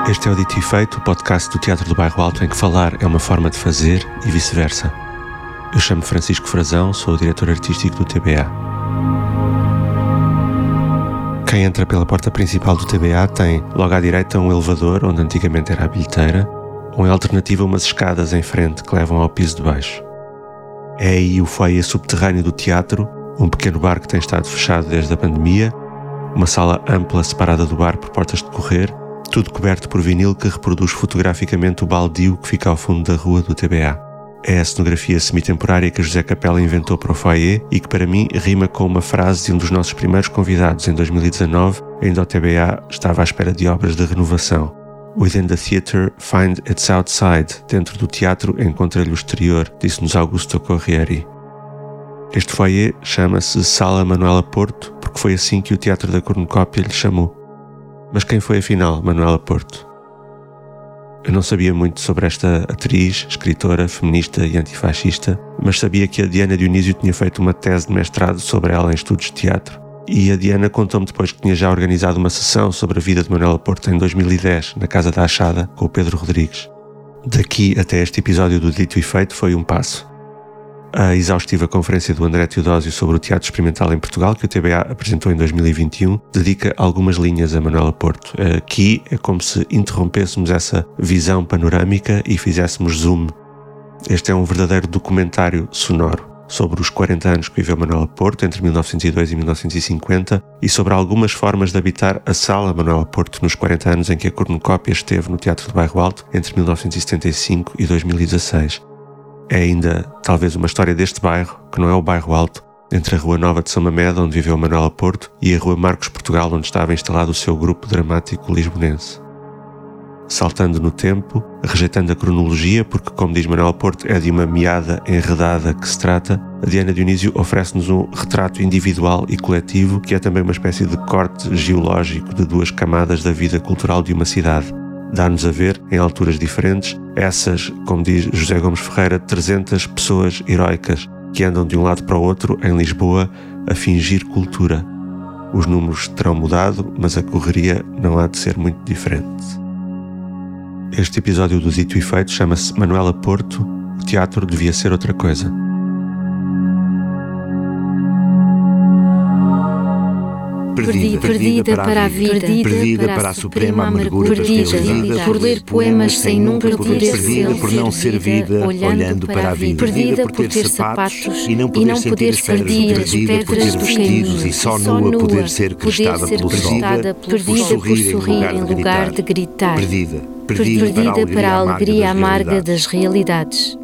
Este é o Dito e Feito, o podcast do Teatro do Bairro Alto, em que falar é uma forma de fazer e vice-versa. Eu chamo-me Francisco Frazão, sou o diretor artístico do TBA. Quem entra pela porta principal do TBA tem, logo à direita, um elevador, onde antigamente era a bilheteira, ou em alternativa umas escadas em frente que levam ao piso de baixo. É aí o foyer subterrâneo do teatro, um pequeno bar que tem estado fechado desde a pandemia, uma sala ampla separada do bar por portas de correr, tudo coberto por vinil que reproduz fotograficamente o baldio que fica ao fundo da rua do TBA. É a cenografia semitemporária que José Capela inventou para o foyer e que para mim rima com uma frase de um dos nossos primeiros convidados em 2019, ainda o TBA estava à espera de obras de renovação. Within the theatre, find its outside. Dentro do teatro, encontra-lhe o exterior, disse-nos Augusto Corrieri. Este foyer chama-se Sala Manuela Porto, porque foi assim que o Teatro da Cornucópia lhe chamou. Mas quem foi afinal Manuela Porto? Eu não sabia muito sobre esta atriz, escritora, feminista e antifascista, mas sabia que a Diana Dionísio tinha feito uma tese de mestrado sobre ela em estudos de teatro. E a Diana contou-me depois que tinha já organizado uma sessão sobre a vida de Manuela Porto em 2010, na Casa da Achada, com o Pedro Rodrigues. Daqui até este episódio do Dito e Feito foi um passo. A exaustiva conferência do André Teodósio sobre o teatro experimental em Portugal, que o TBA apresentou em 2021, dedica algumas linhas a Manuela Porto. Aqui é como se interrompêssemos essa visão panorâmica e fizéssemos zoom. Este é um verdadeiro documentário sonoro sobre os 40 anos que viveu Manuela Porto, entre 1902 e 1950, e sobre algumas formas de habitar a Sala Manuela Porto nos 40 anos em que a Cornucópia esteve no Teatro do Bairro Alto, entre 1975 e 2016. É ainda, talvez, uma história deste bairro, que não é o Bairro Alto, entre a Rua Nova de São Mamede, onde viveu Manuela Porto, e a Rua Marcos Portugal, onde estava instalado o seu grupo dramático lisbonense. Saltando no tempo, rejeitando a cronologia, porque, como diz Manuela Porto, é de uma meada enredada que se trata, a Diana Dionísio oferece-nos um retrato individual e coletivo, que é também uma espécie de corte geológico de duas camadas da vida cultural de uma cidade. Dá-nos a ver, em alturas diferentes, essas, como diz José Gomes Ferreira, 300 pessoas heroicas que andam de um lado para o outro, em Lisboa, a fingir cultura. Os números terão mudado, mas a correria não há de ser muito diferente. Este episódio do Dito e Feito chama-se Manuela Porto, o teatro devia ser outra coisa. Perdida para a vida, perdida para a suprema amargura das teus vidas, por ler poemas sem nunca poder ser, por não ser vida, olhando para a vida, perdida por ter sapatos e não poder sentir as pedras, perdida por ter vestidos e só nua poder ser crestada pelo sol, por sorrir em lugar de gritar, perdida para a alegria amarga das realidades.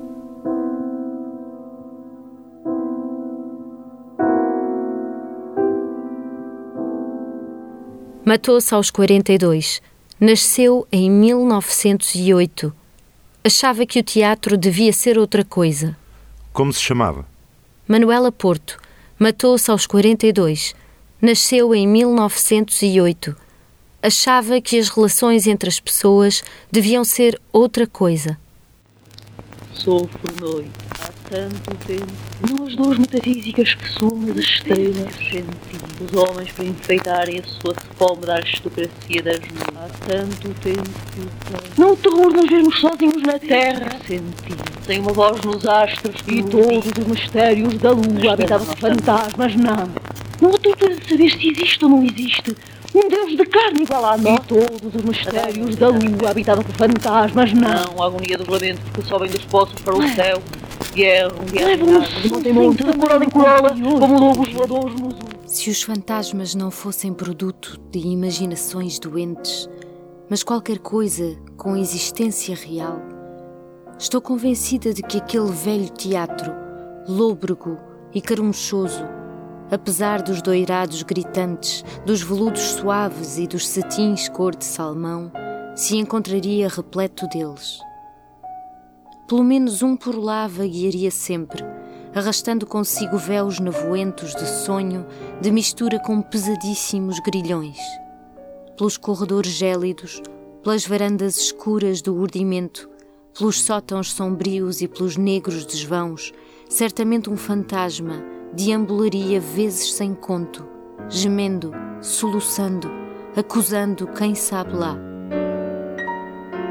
Matou-se aos 42. Nasceu em 1908. Achava que o teatro devia ser outra coisa. Como se chamava? Manuela Porto. Matou-se aos 42. Nasceu em 1908. Achava que as relações entre as pessoas deviam ser outra coisa. Sofro noite, há tanto tempo. Nós duas metafísicas que somos as estrelas sentidos. Os homens para enfeitarem a sua fome da aristocracia das nuvens. Há tanto tempo que o tempo. Não o terror de nos vermos sozinhos na terra. Sentido. Sem uma voz nos astros e todos os mistérios da lua habitavam fantasmas, não. Não há tortura de saber se existe ou não existe. Um Deus de carne igual a nós. E todos os mistérios da lua habitavam por fantasmas, não. A agonia do lamento porque sobem dos poços para o céu. Guerra, levam-nos de monte em monte, de corola em corola, como lobos voadores nos olhos. Se os fantasmas não fossem produto de imaginações doentes, mas qualquer coisa com existência real, estou convencida de que aquele velho teatro, lôbrego e carunchoso, apesar dos doirados gritantes, dos veludos suaves e dos cetins cor de salmão, se encontraria repleto deles. Pelo menos um por lá vaguearia sempre, arrastando consigo véus nevoentos de sonho, de mistura com pesadíssimos grilhões. Pelos corredores gélidos, pelas varandas escuras do urdimento, pelos sótãos sombrios e pelos negros desvãos, certamente um fantasma deambularia vezes sem conto, gemendo, soluçando, acusando quem sabe lá.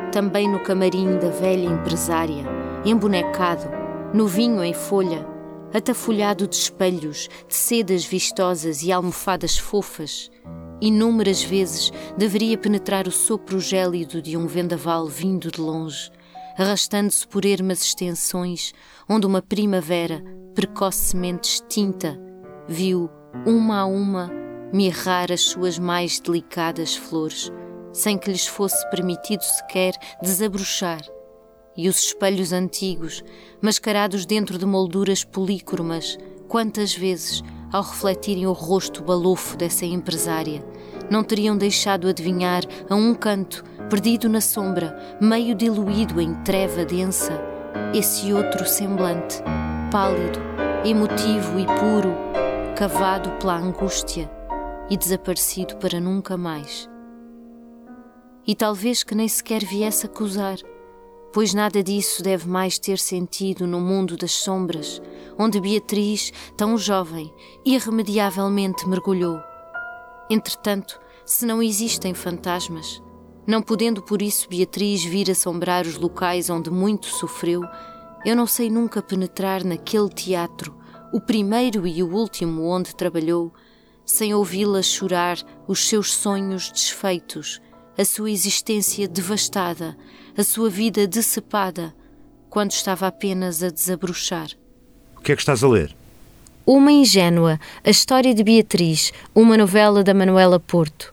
também no camarim da velha empresária, embonecado, no vinho em folha, atafolhado de espelhos, de sedas vistosas e almofadas fofas. Inúmeras vezes deveria penetrar o sopro gélido de um vendaval vindo de longe, arrastando-se por ermas extensões, onde uma primavera, precocemente extinta, viu, uma a uma, mirrar as suas mais delicadas flores, sem que lhes fosse permitido sequer desabrochar, e os espelhos antigos, mascarados dentro de molduras polícromas, quantas vezes, ao refletirem o rosto balofo dessa empresária, não teriam deixado adivinhar a um canto, perdido na sombra, meio diluído em treva densa, esse outro semblante, pálido, emotivo e puro, cavado pela angústia e desaparecido para nunca mais. E talvez que nem sequer viesse acusar, pois nada disso deve mais ter sentido no mundo das sombras, onde Beatriz, tão jovem, irremediavelmente mergulhou. Entretanto, se não existem fantasmas, não podendo por isso Beatriz vir assombrar os locais onde muito sofreu, eu não sei nunca penetrar naquele teatro, o primeiro e o último onde trabalhou, sem ouvi-la chorar os seus sonhos desfeitos, a sua existência devastada, a sua vida decepada, quando estava apenas a desabrochar. O que é que estás a ler? Uma Ingênua, a história de Beatriz, uma novela da Manuela Porto.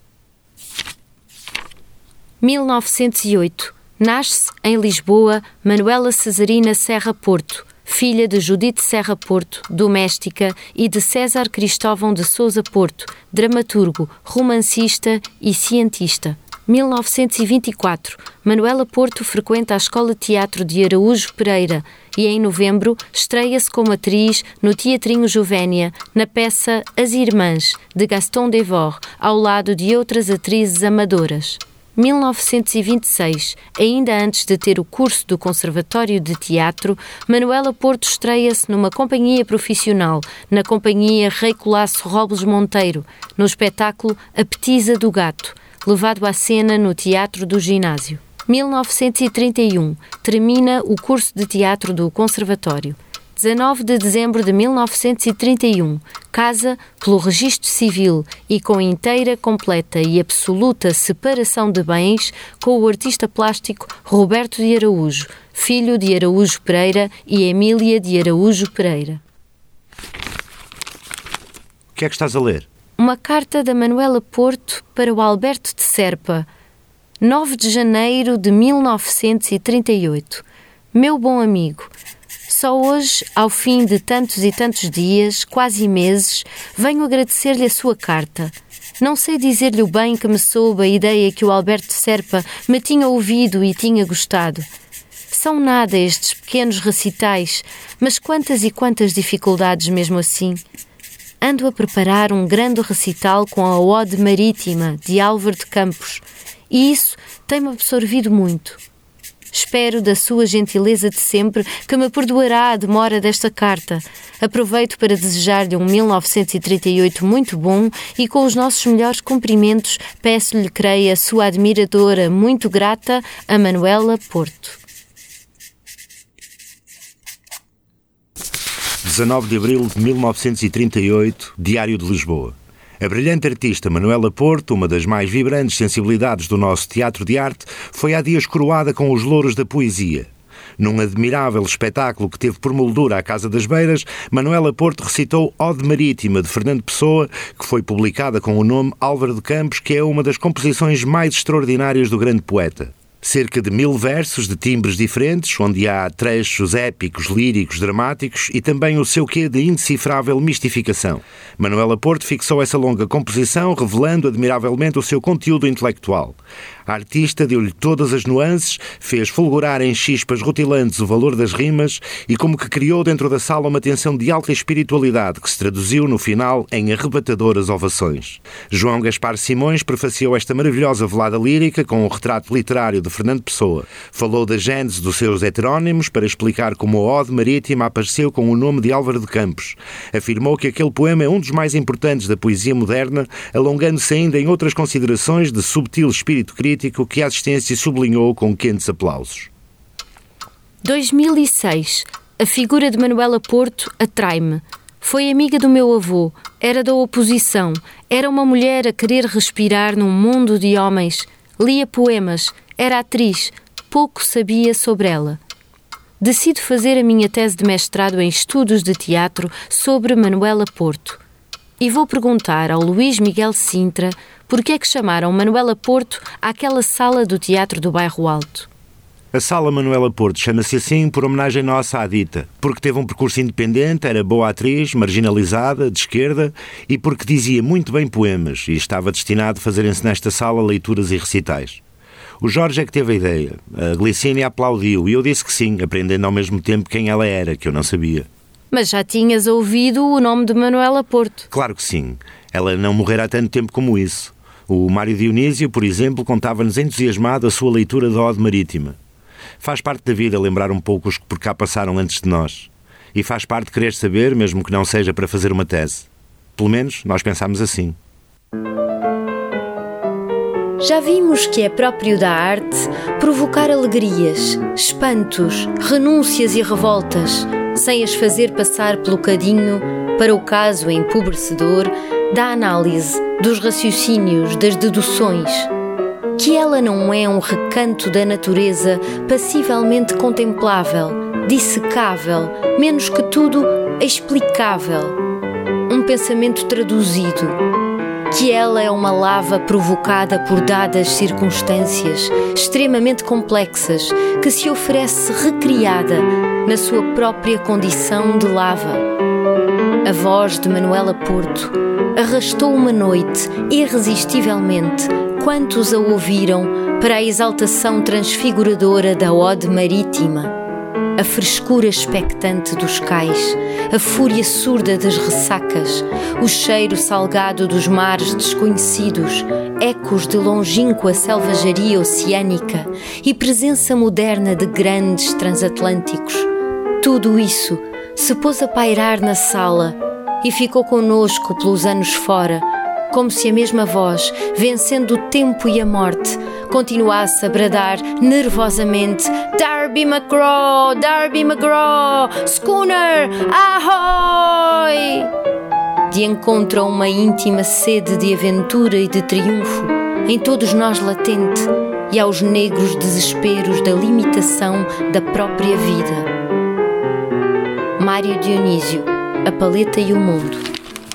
1908. Nasce, em Lisboa, Manuela Cesarina Serra Porto, filha de Judite Serra Porto, doméstica, e de César Cristóvão de Sousa Porto, dramaturgo, romancista e cientista. 1924. Manuela Porto frequenta a Escola de Teatro de Araújo Pereira e, em novembro, estreia-se como atriz no Teatrinho Juvénia, na peça As Irmãs, de Gaston Devor, ao lado de outras atrizes amadoras. 1926, ainda antes de ter o curso do Conservatório de Teatro, Manuela Porto estreia-se numa companhia profissional, na Companhia Rei Colasso Robles Monteiro, no espetáculo A Petisa do Gato, levado à cena no Teatro do Ginásio. 1931, termina o curso de teatro do Conservatório. 19 de dezembro de 1931, casa pelo registro civil e com inteira, completa e absoluta separação de bens com o artista plástico Roberto de Araújo, filho de Araújo Pereira e Emília de Araújo Pereira. O que é que estás a ler? Uma carta da Manuela Porto para o Alberto de Serpa, 9 de janeiro de 1938. Meu bom amigo, só hoje, ao fim de tantos e tantos dias, quase meses, venho agradecer-lhe a sua carta. Não sei dizer-lhe o bem que me soube a ideia que o Alberto de Serpa me tinha ouvido e tinha gostado. São nada estes pequenos recitais, mas quantas e quantas dificuldades mesmo assim. Ando a preparar um grande recital com a Ode Marítima, de Álvaro de Campos, e isso tem-me absorvido muito. Espero da sua gentileza de sempre que me perdoará a demora desta carta. Aproveito para desejar-lhe um 1938 muito bom e com os nossos melhores cumprimentos peço-lhe creia a sua admiradora muito grata, a Manuela Porto. 19 de abril de 1938, Diário de Lisboa. A brilhante artista Manuela Porto, uma das mais vibrantes sensibilidades do nosso teatro de arte, foi há dias coroada com os louros da poesia. Num admirável espetáculo que teve por moldura a Casa das Beiras, Manuela Porto recitou Ode Marítima, de Fernando Pessoa, que foi publicada com o nome Álvaro de Campos, que é uma das composições mais extraordinárias do grande poeta. Cerca de 1000 versos de timbres diferentes, onde há trechos épicos, líricos, dramáticos e também o seu quê de indecifrável mistificação. Manuela Porto fixou essa longa composição, revelando admiravelmente o seu conteúdo intelectual. A artista deu-lhe todas as nuances, fez fulgurar em chispas rutilantes o valor das rimas e como que criou dentro da sala uma tensão de alta espiritualidade que se traduziu no final em arrebatadoras ovações. João Gaspar Simões prefaciou esta maravilhosa velada lírica com o retrato literário de Fernando Pessoa. Falou da gênese dos seus heterónimos para explicar como a Ode Marítima apareceu com o nome de Álvaro de Campos. Afirmou que aquele poema é um dos mais importantes da poesia moderna, alongando-se ainda em outras considerações de subtil espírito crítico que a assistência sublinhou com quentes aplausos. 2006. A figura de Manuela Porto atrai-me. Foi amiga do meu avô, era da oposição, era uma mulher a querer respirar num mundo de homens, lia poemas, era atriz, pouco sabia sobre ela. Decido fazer a minha tese de mestrado em estudos de teatro sobre Manuela Porto. E vou perguntar ao Luís Miguel Sintra por que é que chamaram Manuela Porto àquela sala do Teatro do Bairro Alto. A Sala Manuela Porto chama-se assim por homenagem nossa à dita, porque teve um percurso independente, era boa atriz, marginalizada, de esquerda, e porque dizia muito bem poemas e estava destinado a fazerem-se nesta sala leituras e recitais. O Jorge é que teve a ideia, a Glicínia aplaudiu e eu disse que sim, aprendendo ao mesmo tempo quem ela era, que eu não sabia. Mas já tinhas ouvido o nome de Manuela Porto? Claro que sim, ela não morrera há tanto tempo como isso. O Mário Dionísio, por exemplo, contava-nos entusiasmado a sua leitura da Ode Marítima. Faz parte da vida lembrar um pouco os que por cá passaram antes de nós. E faz parte querer saber, mesmo que não seja para fazer uma tese. Pelo menos nós pensámos assim. Já vimos que é próprio da arte provocar alegrias, espantos, renúncias e revoltas, sem as fazer passar pelo cadinho para o caso empobrecedor da análise, dos raciocínios, das deduções. Que ela não é um recanto da natureza passivelmente contemplável, dissecável, menos que tudo explicável. Um pensamento traduzido. Que ela é uma lava provocada por dadas circunstâncias extremamente complexas que se oferece recriada na sua própria condição de lava. A voz de Manuela Porto arrastou uma noite irresistivelmente quantos a ouviram para a exaltação transfiguradora da Ode Marítima, a frescura expectante dos cais, a fúria surda das ressacas, o cheiro salgado dos mares desconhecidos, ecos de longínqua selvageria oceânica e presença moderna de grandes transatlânticos. Tudo isso se pôs a pairar na sala e ficou connosco pelos anos fora, como se a mesma voz, vencendo o tempo e a morte, continuasse a bradar nervosamente: Darby McGraw, Darby McGraw, Schooner, ahoy! De encontro a uma íntima sede de aventura e de triunfo, em todos nós latente, e aos negros desesperos da limitação da própria vida. Mário Dionísio, A Paleta e o Mundo.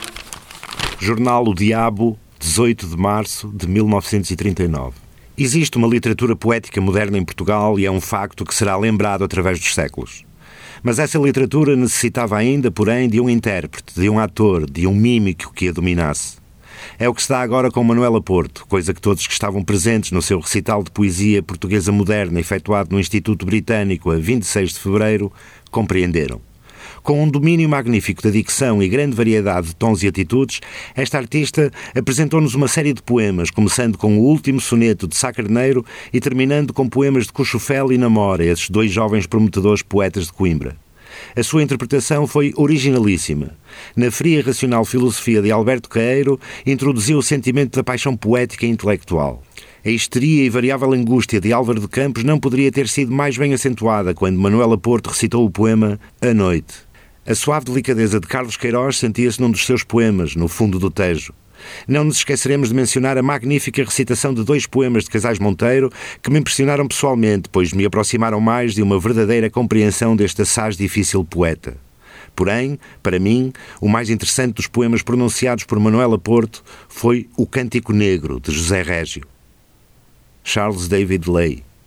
Jornal O Diabo, 18 de março de 1939. Existe uma literatura poética moderna em Portugal e é um facto que será lembrado através dos séculos. Mas essa literatura necessitava ainda, porém, de um intérprete, de um ator, de um mímico que a dominasse. É o que se dá agora com Manuela Porto, coisa que todos que estavam presentes no seu recital de poesia portuguesa moderna efetuado no Instituto Britânico a 26 de fevereiro compreenderam. Com um domínio magnífico da dicção e grande variedade de tons e atitudes, esta artista apresentou-nos uma série de poemas, começando com o último soneto de Sá Carneiro e terminando com poemas de Cuchufel e Namora, esses dois jovens prometedores poetas de Coimbra. A sua interpretação foi originalíssima. Na fria e racional filosofia de Alberto Caeiro, introduziu o sentimento da paixão poética e intelectual. A histeria e variável angústia de Álvaro de Campos não poderia ter sido mais bem acentuada quando Manuela Porto recitou o poema A Noite. A suave delicadeza de Carlos Queiroz sentia-se num dos seus poemas, No Fundo do Tejo. Não nos esqueceremos de mencionar a magnífica recitação de dois poemas de Casais Monteiro que me impressionaram pessoalmente, pois me aproximaram mais de uma verdadeira compreensão deste assaz difícil poeta. Porém, para mim, o mais interessante dos poemas pronunciados por Manuela Porto foi O Cântico Negro, de José Régio. Charles David Leigh.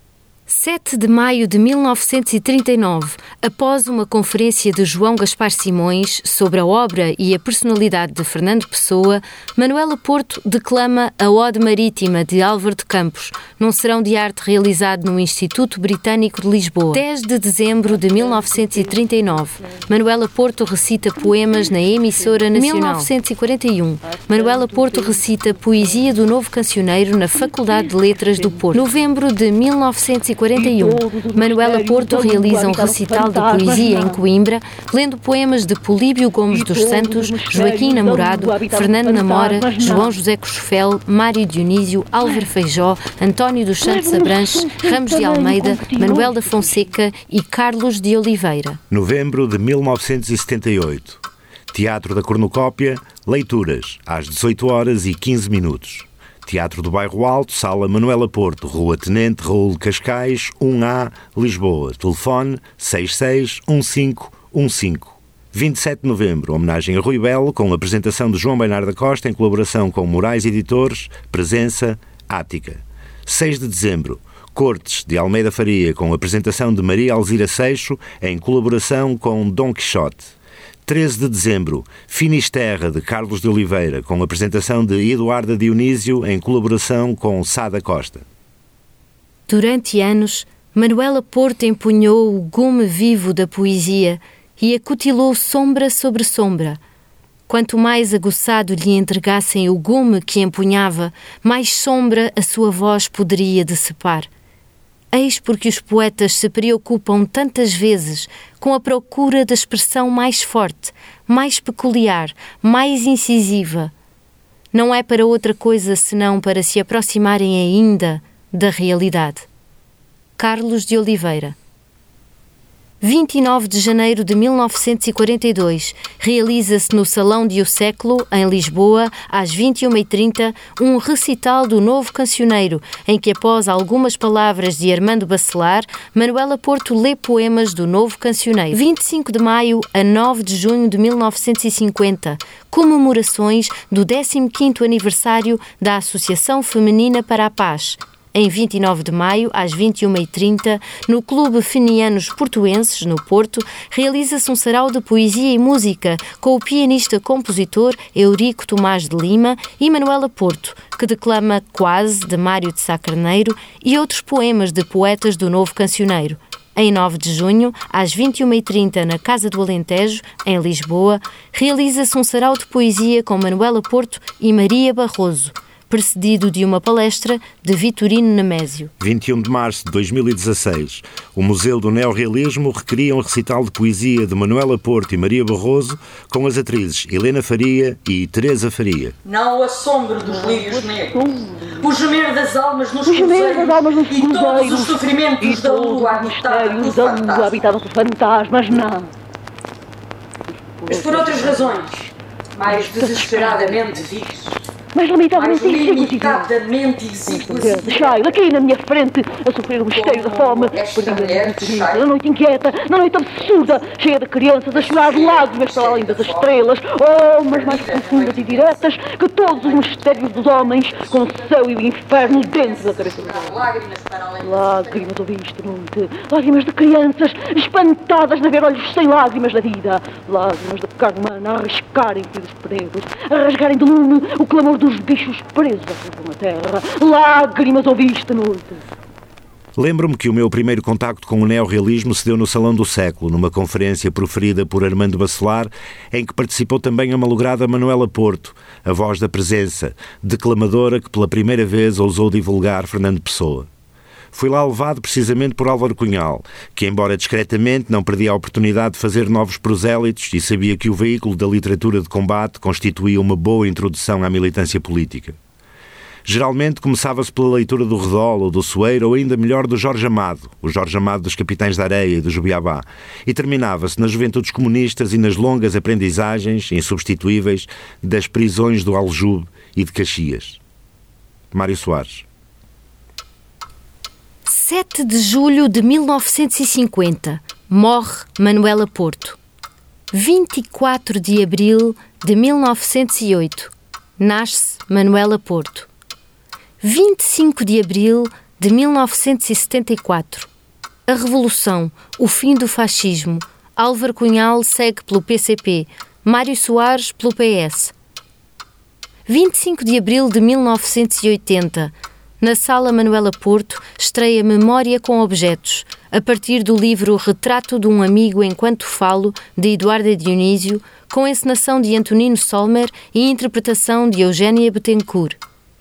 7 de maio de 1939, após uma conferência de João Gaspar Simões sobre a obra e a personalidade de Fernando Pessoa, Manuela Porto declama a Ode Marítima de Álvaro de Campos, num serão de arte realizado no Instituto Britânico de Lisboa. 10 de dezembro de 1939, Manuela Porto recita poemas na emissora nacional. 1941, Manuela Porto recita poesia do Novo Cancioneiro na Faculdade de Letras do Porto. Novembro de 1941, Manuela Porto realiza um recital de poesia em Coimbra, lendo poemas de Políbio Gomes dos Santos, Joaquim Namorado, Fernando Namora, João José Cochofel, Mário Dionísio, Álvaro Feijó, António dos Santos Abranches, Ramos de Almeida, Manuel da Fonseca e Carlos de Oliveira. Novembro de 1978. Teatro da Cornucópia, leituras, às 18h15. Teatro do Bairro Alto, Sala Manuela Porto, Rua Tenente Raul de Cascais, 1A, Lisboa. Telefone 661515. 27 de novembro, homenagem a Rui Belo, com a apresentação de João Bernardo da Costa, em colaboração com Moraes Editores, presença Ática. 6 de dezembro, Cortes, de Almeida Faria, com a apresentação de Maria Alzira Seixo, em colaboração com Dom Quixote. 13 de dezembro, Finisterra, de Carlos de Oliveira, com a apresentação de Eduarda Dionísio, em colaboração com Sá da Costa. Durante anos, Manuela Porto empunhou o gume vivo da poesia e acutilou sombra sobre sombra. Quanto mais aguçado lhe entregassem o gume que empunhava, mais sombra a sua voz poderia decepar. Eis porque os poetas se preocupam tantas vezes com a procura da expressão mais forte, mais peculiar, mais incisiva. Não é para outra coisa senão para se aproximarem ainda da realidade. Carlos de Oliveira. 29 de janeiro de 1942, realiza-se no Salão de O Século, em Lisboa, às 21h30, um recital do Novo Cancioneiro, em que, após algumas palavras de Armando Bacelar, Manuela Porto lê poemas do Novo Cancioneiro. 25 de maio a 9 de junho de 1950, comemorações do 15º aniversário da Associação Feminina para a Paz. Em 29 de maio, às 21h30, no Clube Fenianos Portuenses, no Porto, realiza-se um sarau de poesia e música com o pianista-compositor Eurico Tomás de Lima e Manuela Porto, que declama Quase, de Mário de Sá Carneiro, e outros poemas de poetas do Novo Cancioneiro. Em 9 de junho, às 21h30, na Casa do Alentejo, em Lisboa, realiza-se um sarau de poesia com Manuela Porto e Maria Barroso, precedido de uma palestra de Vitorino Nemésio. 21 de março de 2016, o Museu do Neorrealismo recria um recital de poesia de Manuela Porto e Maria Barroso com as atrizes Helena Faria e Teresa Faria. Não a sombra dos lírios negros, o gemer das almas nos cruzeiros e todos os sofrimentos da lua habitada por fantasmas, não. Mas por outras razões, mais desesperadamente vivos. Mas lamentavelmente exíguos. Deixai-o aqui na minha frente a sofrer o esteio da fome. Na noite inquieta, na noite absurda, cheia de crianças a chorar lágrimas para além das estrelas, mas mais profundas e diretas que todos os mistérios dos homens, com o céu e o inferno dentro da cabeça dos homens. Lágrimas ouvi esta noite, lágrimas de crianças espantadas de ver olhos sem lágrimas da vida, lágrimas de carne humana a arriscarem filhos presos, a rasgarem de lume o clamor dos bichos presos à terra. Lágrimas ouvi esta noite. Lembro-me que o meu primeiro contacto com o neorrealismo se deu no Salão do Século, numa conferência proferida por Armando Bacelar, em que participou também a malograda Manuela Porto, a voz da presença, declamadora que pela primeira vez ousou divulgar Fernando Pessoa. Fui lá levado precisamente por Álvaro Cunhal, que, embora discretamente, não perdia a oportunidade de fazer novos prosélitos e sabia que o veículo da literatura de combate constituía uma boa introdução à militância política. Geralmente começava-se pela leitura do Redol ou do Soeiro, ou ainda melhor do Jorge Amado, o Jorge Amado dos Capitães da Areia e do Jubiabá, e terminava-se nas juventudes comunistas e nas longas aprendizagens, insubstituíveis, das prisões do Aljube e de Caxias. Mário Soares. 7 de julho de 1950, morre Manuela Porto. 24 de abril de 1908, nasce Manuela Porto. 25 de abril de 1974. A Revolução, o fim do fascismo. Álvaro Cunhal segue pelo PCP, Mário Soares pelo PS. 25 de abril de 1980. Na Sala Manuela Porto, estreia Memória com Objetos, a partir do livro Retrato de um Amigo Enquanto Falo, de Eduarda Dionísio, com encenação de Antonino Solmer e interpretação de Eugénia Bettencourt.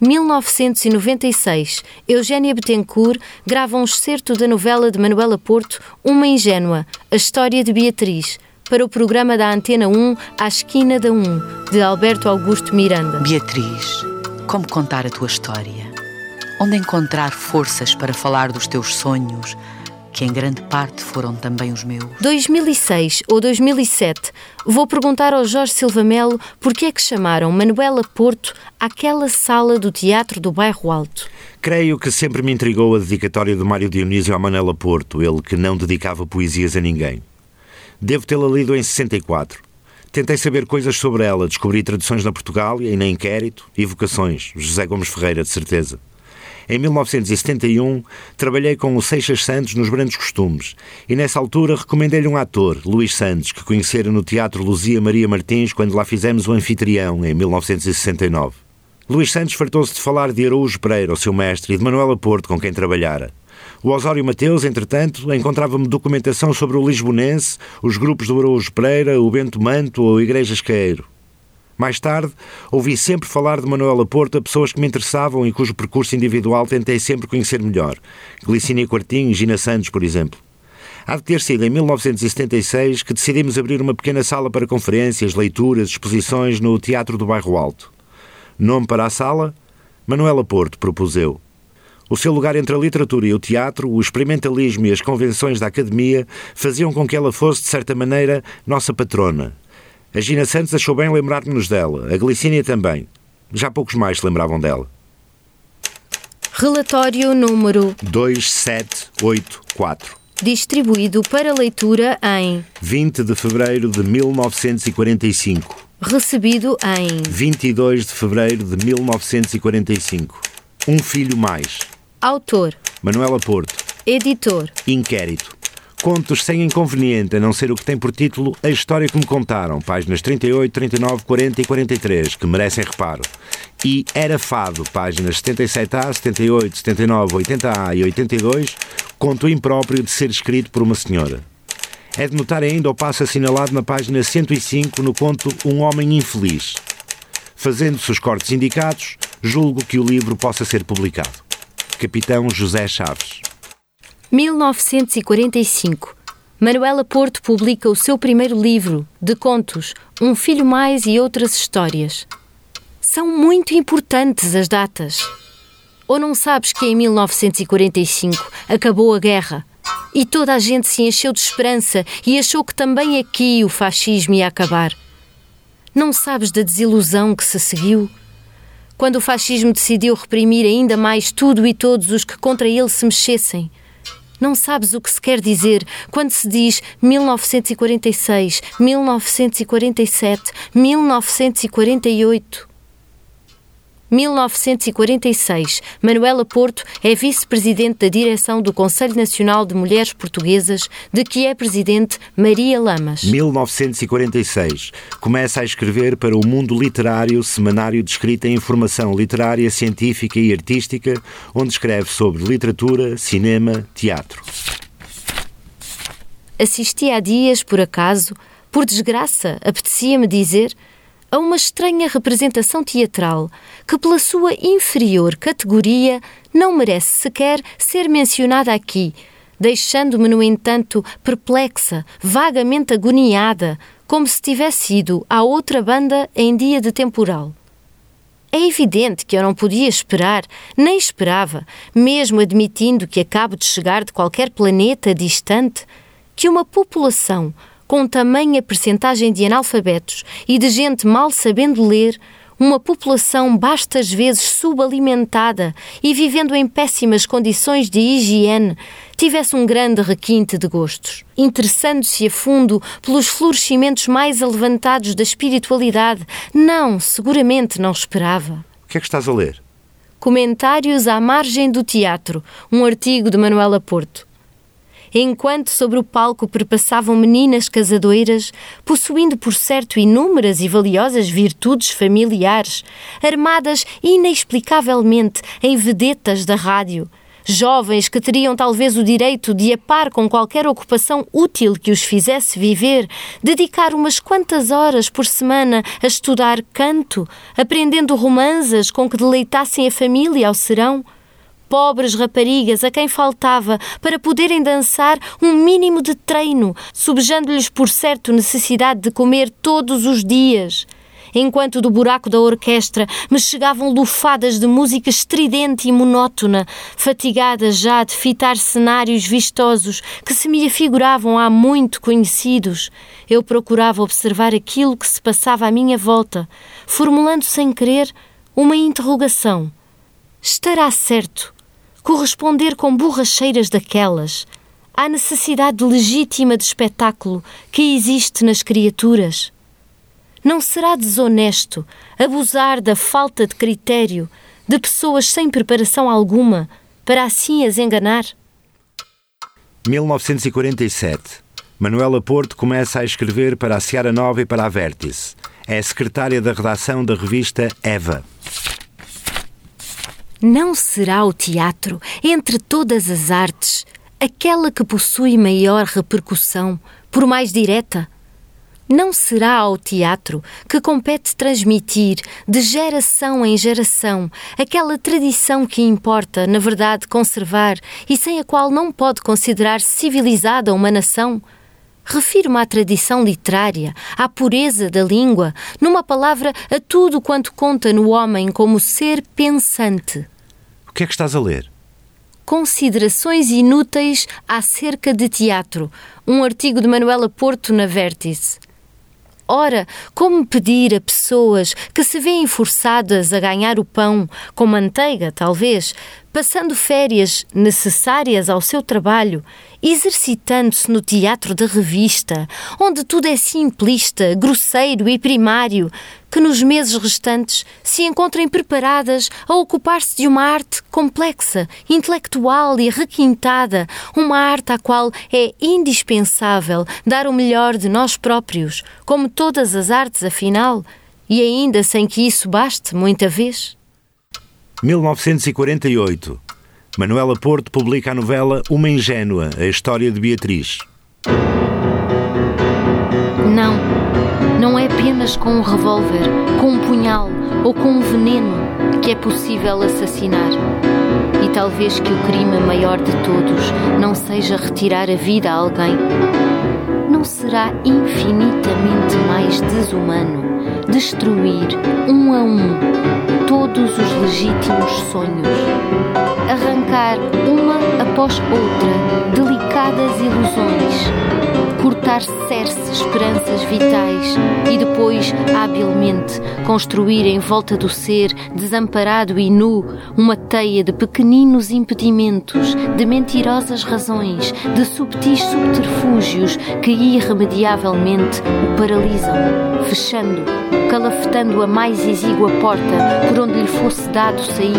1996. Eugénia Bettencourt grava um excerto da novela de Manuela Porto, Uma Ingênua, a história de Beatriz, para o programa da Antena 1, À Esquina da 1, de Alberto Augusto Miranda. Beatriz, como contar a tua história? Onde encontrar forças para falar dos teus sonhos, que em grande parte foram também os meus? 2006 ou 2007, vou perguntar ao Jorge Silva Melo porque é que chamaram Manuela Porto àquela sala do Teatro do Bairro Alto. Creio que sempre me intrigou a dedicatória de Mário Dionísio à Manuela Porto, ele que não dedicava poesias a ninguém. Devo tê-la lido em 64. Tentei saber coisas sobre ela, descobri traduções na Portugália e na Inquérito, e vocações, José Gomes Ferreira, de certeza. Em 1971, trabalhei com o Seixas Santos nos Brandos Costumes e nessa altura recomendei-lhe um ator, Luís Santos, que conhecera no Teatro Luzia Maria Martins quando lá fizemos o Anfitrião, em 1969. Luís Santos fartou-se de falar de Araújo Pereira, o seu mestre, e de Manuela Porto, com quem trabalhara. O Osório Mateus, entretanto, encontrava-me documentação sobre o Lisbonense, os grupos do Araújo Pereira, o Bento Manto ou a Igreja Escaeiro. Mais tarde, ouvi sempre falar de Manuela Porto a pessoas que me interessavam e cujo percurso individual tentei sempre conhecer melhor. Glicínia Quartinho e Gina Santos, por exemplo. Há de ter sido em 1976 que decidimos abrir uma pequena sala para conferências, leituras, exposições no Teatro do Bairro Alto. Nome para a sala? Manuela Porto, propus eu. O seu lugar entre a literatura e o teatro, o experimentalismo e as convenções da academia faziam com que ela fosse, de certa maneira, nossa patrona. A Gina Santos achou bem lembrar-nos dela, a Glicínia também. Já poucos mais se lembravam dela. Relatório número 2784. Distribuído para leitura em 20 de fevereiro de 1945. Recebido em 22 de fevereiro de 1945. Um filho mais. Autor Manuela Porto. Editor Inquérito. Contos sem inconveniente, a não ser o que tem por título A História que me contaram, páginas 38, 39, 40 e 43, que merecem reparo. E Era Fado, páginas 77A, 78, 79, 80A e 82, conto impróprio de ser escrito por uma senhora. É de notar ainda o passo assinalado na página 105 no conto Um Homem Infeliz. Fazendo-se os cortes indicados, julgo que o livro possa ser publicado. Capitão José Chaves. 1945. Manuela Porto publica o seu primeiro livro, de contos, Um Filho Mais e Outras Histórias. São muito importantes as datas. Ou não sabes que em 1945 acabou a guerra e toda a gente se encheu de esperança e achou que também aqui o fascismo ia acabar? Não sabes da desilusão que se seguiu? Quando o fascismo decidiu reprimir ainda mais tudo e todos os que contra ele se mexessem. Não sabes o que se quer dizer quando se diz 1946, 1947, 1948. 1946. Manuela Porto é vice-presidente da direção do Conselho Nacional de Mulheres Portuguesas, de que é presidente Maria Lamas. 1946. Começa a escrever para o Mundo Literário, semanário de escrita e informação literária, científica e artística, onde escreve sobre literatura, cinema, teatro. Assisti há dias, por acaso, por desgraça, apetecia-me dizer, a uma estranha representação teatral que, pela sua inferior categoria, não merece sequer ser mencionada aqui, deixando-me, no entanto, perplexa, vagamente agoniada, como se tivesse ido à outra banda em dia de temporal. É evidente que eu não podia esperar, nem esperava, mesmo admitindo que acabo de chegar de qualquer planeta distante, que uma população com tamanha percentagem de analfabetos e de gente mal sabendo ler, uma população bastas vezes subalimentada e vivendo em péssimas condições de higiene, tivesse um grande requinte de gostos, interessando-se a fundo pelos florescimentos mais alevantados da espiritualidade. Não, seguramente não esperava. O que é que estás a ler? Comentários à margem do teatro, um artigo de Manuela Porto. Enquanto sobre o palco perpassavam meninas casadoiras, possuindo por certo inúmeras e valiosas virtudes familiares, armadas inexplicavelmente em vedetas da rádio, jovens que teriam talvez o direito de, a par com qualquer ocupação útil que os fizesse viver, dedicar umas quantas horas por semana a estudar canto, aprendendo romanzas com que deleitassem a família ao serão, pobres raparigas a quem faltava para poderem dançar um mínimo de treino, subjando-lhes por certo necessidade de comer todos os dias, enquanto do buraco da orquestra me chegavam lufadas de música estridente e monótona, fatigadas já de fitar cenários vistosos que se me afiguravam há muito conhecidos. Eu procurava observar aquilo que se passava à minha volta, formulando sem querer uma interrogação. Estará certo corresponder com borracheiras daquelas à necessidade legítima de espetáculo que existe nas criaturas? Não será desonesto abusar da falta de critério de pessoas sem preparação alguma para assim as enganar? 1947. Manuela Porto começa a escrever para a Seara Nova e para a Vértice. É secretária da redação da revista Eva. Não será o teatro, entre todas as artes, aquela que possui maior repercussão, por mais direta? Não será ao teatro que compete transmitir, de geração em geração, aquela tradição que importa, na verdade, conservar e sem a qual não pode considerar-se civilizada uma nação? Refiro-me à tradição literária, à pureza da língua, numa palavra, a tudo quanto conta no homem como ser pensante. O que é que estás a ler? Considerações inúteis acerca de teatro, um artigo de Manuela Porto na Vértice. Ora, como pedir a pessoas que se veem forçadas a ganhar o pão, com manteiga, talvez, passando férias necessárias ao seu trabalho, exercitando-se no teatro de revista, onde tudo é simplista, grosseiro e primário, que nos meses restantes se encontrem preparadas a ocupar-se de uma arte complexa, intelectual e requintada, uma arte à qual é indispensável dar o melhor de nós próprios, como todas as artes, afinal, e ainda sem que isso baste, muita vez. 1948. Manuela Porto publica a novela Uma Ingênua, a história de Beatriz. Não é apenas com um revólver, com um punhal ou com um veneno que é possível assassinar. E talvez que o crime maior de todos não seja retirar a vida a alguém. Não será infinitamente mais desumano destruir, um a um, todos os legítimos sonhos? Arrancar uma após outra delicadas ilusões, cortar cerce esperanças vitais e depois, habilmente, construir em volta do ser, desamparado e nu, uma teia de pequeninos impedimentos, de mentirosas razões, de subtis subterfúgios que irremediavelmente o paralisam, fechando, calafetando a mais exígua porta por onde lhe fosse dado sair.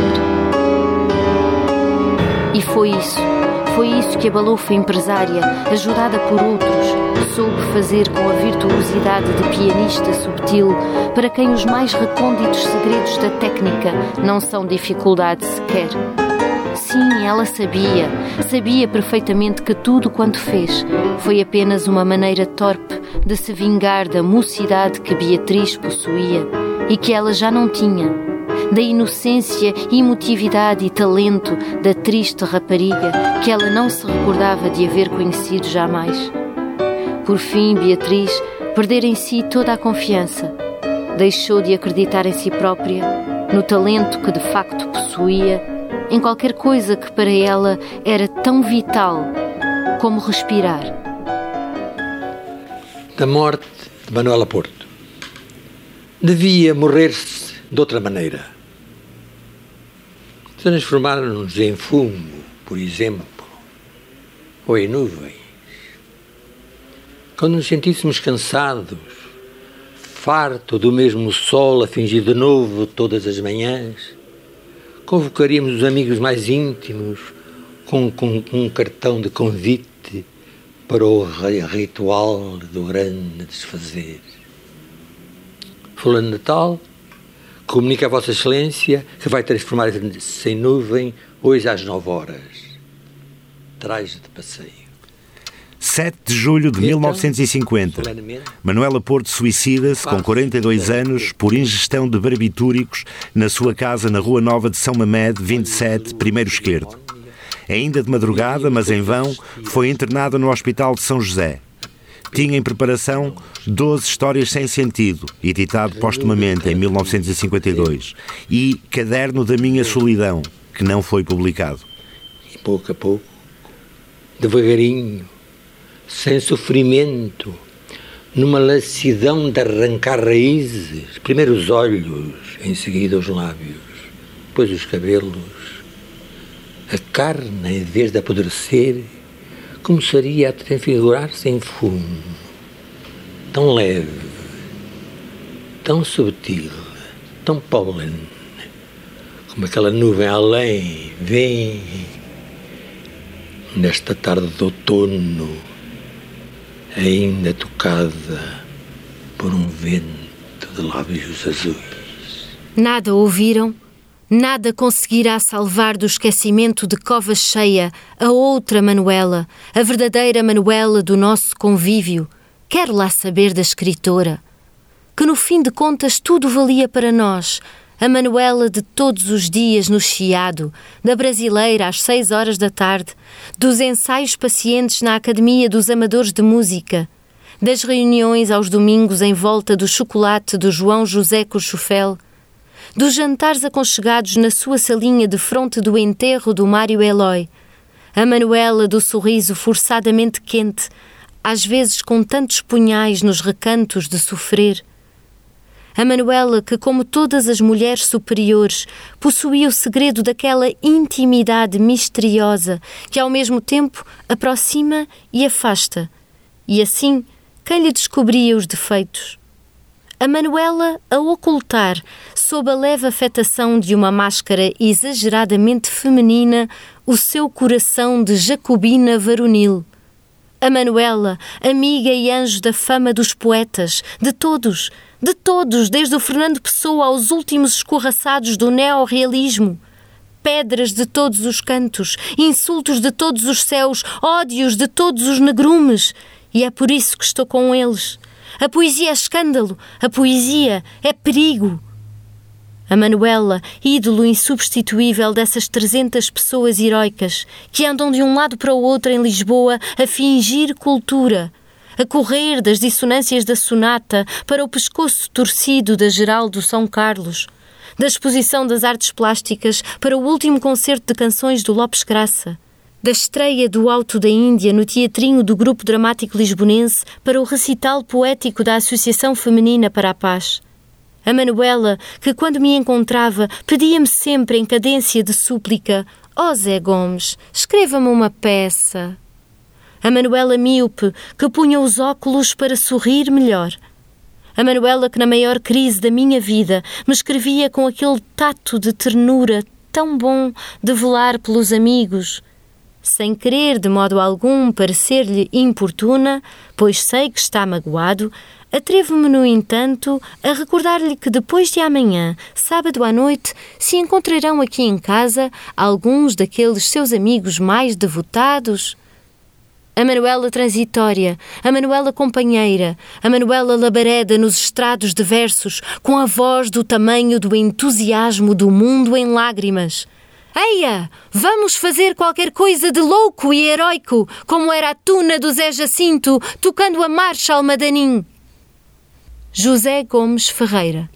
E foi isso que a balofa empresária, ajudada por outros, soube fazer com a virtuosidade de pianista subtil, para quem os mais recônditos segredos da técnica não são dificuldade sequer. Sim, ela sabia perfeitamente que tudo quanto fez foi apenas uma maneira torpe de se vingar da mocidade que Beatriz possuía e que ela já não tinha, da inocência, emotividade e talento da triste rapariga que ela não se recordava de haver conhecido jamais. Por fim, Beatriz perdera em si toda a confiança. Deixou de acreditar em si própria, no talento que de facto possuía, em qualquer coisa que para ela era tão vital como respirar. Da morte de Manuela Porto. Devia morrer-se de outra maneira. Transformar-nos em fumo, por exemplo, ou em nuvens. Quando nos sentíssemos cansados, farto do mesmo sol a fingir de novo todas as manhãs, convocaríamos os amigos mais íntimos com um cartão de convite para o ritual do grande desfazer. Fulano de tal, comunica a Vossa Excelência que vai transformar-se em nuvem hoje às 9 horas. Traje de passeio. 7 de julho de 1950. Manuela Porto suicida-se com 42 anos por ingestão de barbitúricos na sua casa na Rua Nova de São Mamede, 27, primeiro esquerdo. Ainda de madrugada, mas em vão, foi internada no Hospital de São José. Tinha em preparação 12 histórias sem sentido, editado postumamente em 1952, e Caderno da Minha Solidão, que não foi publicado. E pouco a pouco, devagarinho, sem sofrimento, numa lassidão de arrancar raízes, primeiro os olhos, em seguida os lábios, depois os cabelos, a carne, em vez de apodrecer, começaria a transfigurar-se em fumo, tão leve, tão subtil, tão pólen, como aquela nuvem além vem nesta tarde de outono, ainda tocada por um vento de lábios azuis. Nada ouviram, nada conseguirá salvar do esquecimento de cova cheia a outra Manuela, a verdadeira Manuela do nosso convívio. Quero lá saber da escritora, que no fim de contas tudo valia para nós, a Manuela de todos os dias no Chiado, da Brasileira às 6 horas da tarde, dos ensaios pacientes na Academia dos Amadores de Música, das reuniões aos domingos em volta do chocolate do João José Cochufel, dos jantares aconchegados na sua salinha de fronte do enterro do Mário Eloy, a Manuela do sorriso forçadamente quente, às vezes com tantos punhais nos recantos de sofrer, a Manuela que, como todas as mulheres superiores, possuía o segredo daquela intimidade misteriosa que, ao mesmo tempo, aproxima e afasta, e assim, quem lhe descobria os defeitos? A Manuela a ocultar, sob a leve afetação de uma máscara exageradamente feminina, o seu coração de jacobina varonil. A Manuela, amiga e anjo da fama dos poetas, de todos, desde o Fernando Pessoa aos últimos escorraçados do neorrealismo. Pedras de todos os cantos, insultos de todos os céus, ódios de todos os negrumes. E é por isso que estou com eles. A poesia é escândalo, a poesia é perigo. A Manuela, ídolo insubstituível dessas 300 pessoas heroicas que andam de um lado para o outro em Lisboa a fingir cultura, a correr das dissonâncias da sonata para o pescoço torcido da Geraldo São Carlos, da exposição das artes plásticas para o último concerto de canções do Lopes Graça, da estreia do Alto da Índia no teatrinho do Grupo Dramático Lisbonense para o recital poético da Associação Feminina para a Paz. A Manuela, que quando me encontrava, pedia-me sempre em cadência de súplica: «Ó Zé Gomes, escreva-me uma peça». A Manuela míope, que punha os óculos para sorrir melhor. A Manuela que na maior crise da minha vida me escrevia com aquele tato de ternura tão bom de velar pelos amigos. Sem querer de modo algum parecer-lhe importuna, pois sei que está magoado, atrevo-me, no entanto, a recordar-lhe que depois de amanhã, sábado à noite, se encontrarão aqui em casa alguns daqueles seus amigos mais devotados. A Manuela transitória, a Manuela companheira, a Manuela labareda nos estrados de versos, com a voz do tamanho do entusiasmo do mundo em lágrimas. Eia, vamos fazer qualquer coisa de louco e heroico, como era a tuna do Zé Jacinto, tocando a marcha Almadanim. José Gomes Ferreira.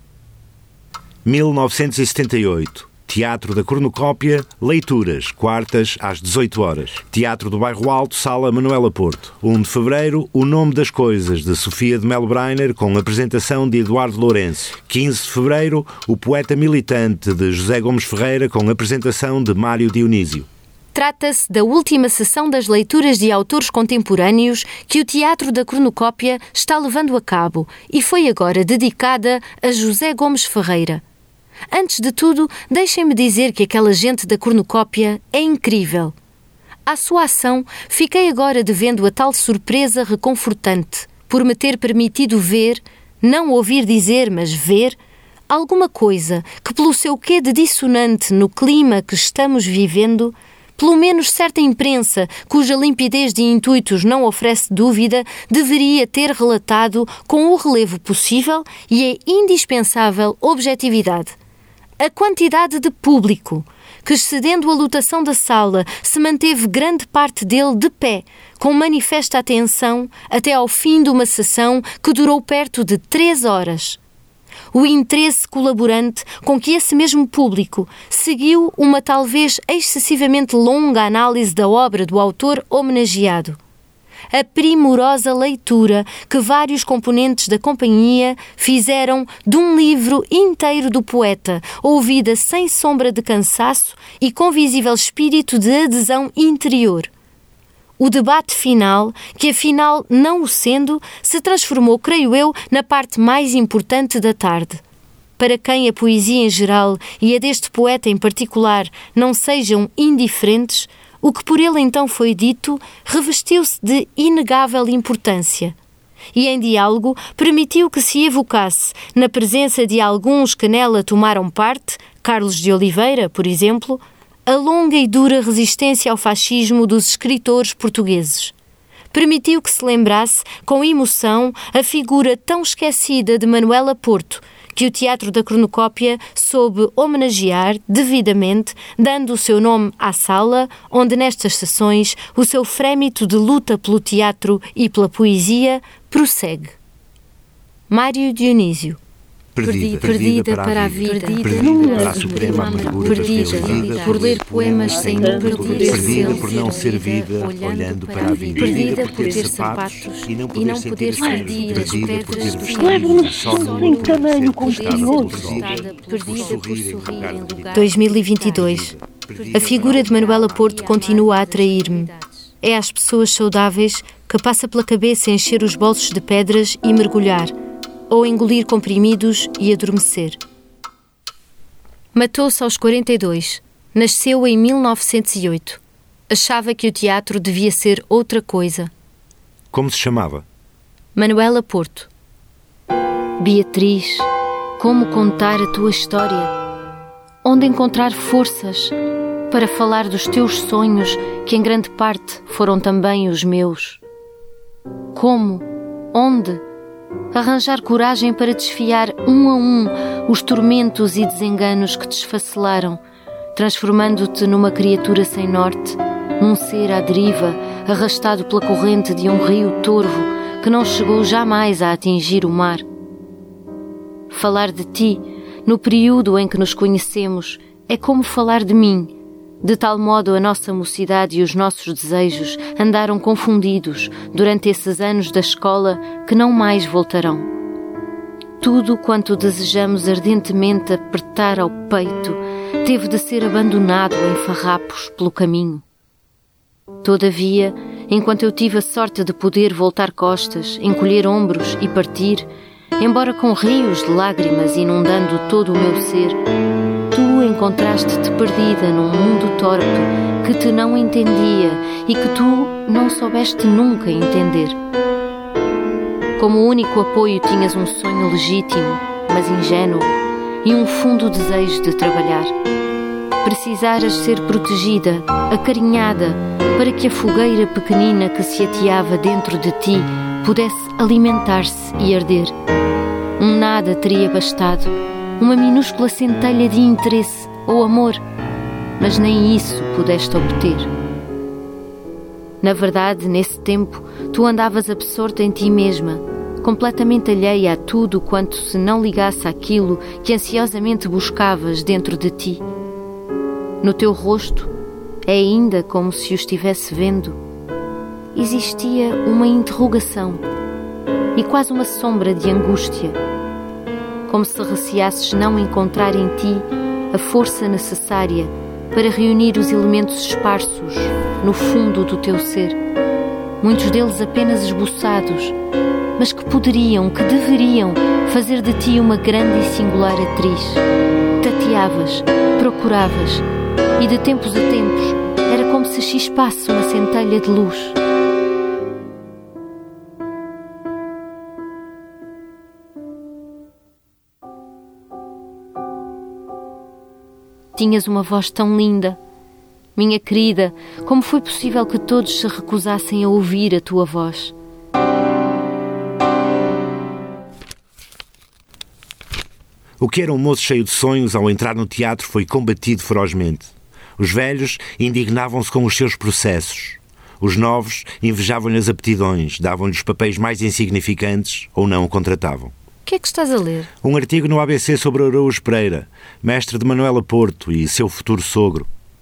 1978. Teatro da Cornucópia, leituras, quartas às 18 horas. Teatro do Bairro Alto, Sala Manuela Porto. 1 de fevereiro, O Nome das Coisas, de Sofia de Melo Breiner, com apresentação de Eduardo Lourenço. 15 de fevereiro, O Poeta Militante, de José Gomes Ferreira, com apresentação de Mário Dionísio. Trata-se da última sessão das leituras de autores contemporâneos que o Teatro da Cornucópia está levando a cabo e foi agora dedicada a José Gomes Ferreira. Antes de tudo, deixem-me dizer que aquela gente da cornucópia é incrível. À sua ação, fiquei agora devendo a tal surpresa reconfortante por me ter permitido ver, não ouvir dizer, mas ver, alguma coisa que, pelo seu quê de dissonante no clima que estamos vivendo, pelo menos certa imprensa, cuja limpidez de intuitos não oferece dúvida, deveria ter relatado com o relevo possível e a indispensável objetividade. A quantidade de público que, excedendo a lotação da sala, se manteve grande parte dele de pé, com manifesta atenção, até ao fim de uma sessão que durou perto de 3 horas. O interesse colaborante com que esse mesmo público seguiu uma talvez excessivamente longa análise da obra do autor homenageado. A primorosa leitura que vários componentes da companhia fizeram de um livro inteiro do poeta, ouvida sem sombra de cansaço e com visível espírito de adesão interior. O debate final, que afinal não o sendo, se transformou, creio eu, na parte mais importante da tarde. Para quem a poesia em geral e a deste poeta em particular não sejam indiferentes, o que por ele então foi dito revestiu-se de inegável importância e, em diálogo, permitiu que se evocasse, na presença de alguns que nela tomaram parte, Carlos de Oliveira, por exemplo, a longa e dura resistência ao fascismo dos escritores portugueses. Permitiu que se lembrasse, com emoção, a figura tão esquecida de Manuela Porto, que o Teatro da Cornucópia soube homenagear devidamente, dando o seu nome à sala, onde nestas sessões o seu frémito de luta pelo teatro e pela poesia prossegue. Mário Dionísio. Perdida para a vida, para a suprema amargura perdida por ler poemas sem número de perdida por não ser vida, olhando para a vida, perdida por ter sapatos e não poder sentir as pedras dos Leva-me sem tamanho conspirioso. Perdida por sorrir em lugar. 2022. A figura de Manuela Porto continua a atrair-me. É às pessoas saudáveis que passa pela cabeça encher os bolsos de pedras e mergulhar, ou engolir comprimidos e adormecer. Matou-se aos 42. Nasceu em 1908. Achava que o teatro devia ser outra coisa. Como se chamava? Manuela Porto. Beatriz, como contar a tua história? Onde encontrar forças para falar dos teus sonhos, que em grande parte foram também os meus? Como? Onde? Arranjar coragem para desfiar um a um os tormentos e desenganos que te esfacelaram, transformando-te numa criatura sem norte, num ser à deriva, arrastado pela corrente de um rio torvo que não chegou jamais a atingir o mar. Falar de ti, no período em que nos conhecemos, é como falar de mim. De tal modo a nossa mocidade e os nossos desejos andaram confundidos durante esses anos da escola que não mais voltarão. Tudo quanto desejamos ardentemente apertar ao peito teve de ser abandonado em farrapos pelo caminho. Todavia, enquanto eu tive a sorte de poder voltar costas, encolher ombros e partir, embora com rios de lágrimas inundando todo o meu ser, tu encontraste-te perdida num mundo torpe que te não entendia e que tu não soubeste nunca entender. Como único apoio tinhas um sonho legítimo, mas ingênuo, e um fundo desejo de trabalhar. Precisaras ser protegida, acarinhada, para que a fogueira pequenina que se ateava dentro de ti pudesse alimentar-se e arder. Um nada teria bastado, uma minúscula centelha de interesse ou amor, mas nem isso pudeste obter. Na verdade, nesse tempo, tu andavas absorta em ti mesma, completamente alheia a tudo quanto se não ligasse àquilo que ansiosamente buscavas dentro de ti. No teu rosto, é ainda como se o estivesse vendo, existia uma interrogação e quase uma sombra de angústia, como se receasses não encontrar em ti a força necessária para reunir os elementos esparsos no fundo do teu ser, muitos deles apenas esboçados, mas que poderiam, que deveriam fazer de ti uma grande e singular atriz, ansiavas, procuravas, e de tempos a tempos era como se chispasse uma centelha de luz. Tinhas uma voz tão linda. Minha querida, como foi possível que todos se recusassem a ouvir a tua voz? O que era um moço cheio de sonhos, ao entrar no teatro, foi combatido ferozmente. Os velhos indignavam-se com os seus processos. Os novos invejavam-lhe as aptidões, davam-lhe os papéis mais insignificantes ou não o contratavam. O que é que estás a ler? Um artigo no ABC sobre Araújo Pereira, mestre de Manuela Porto e seu futuro sogro.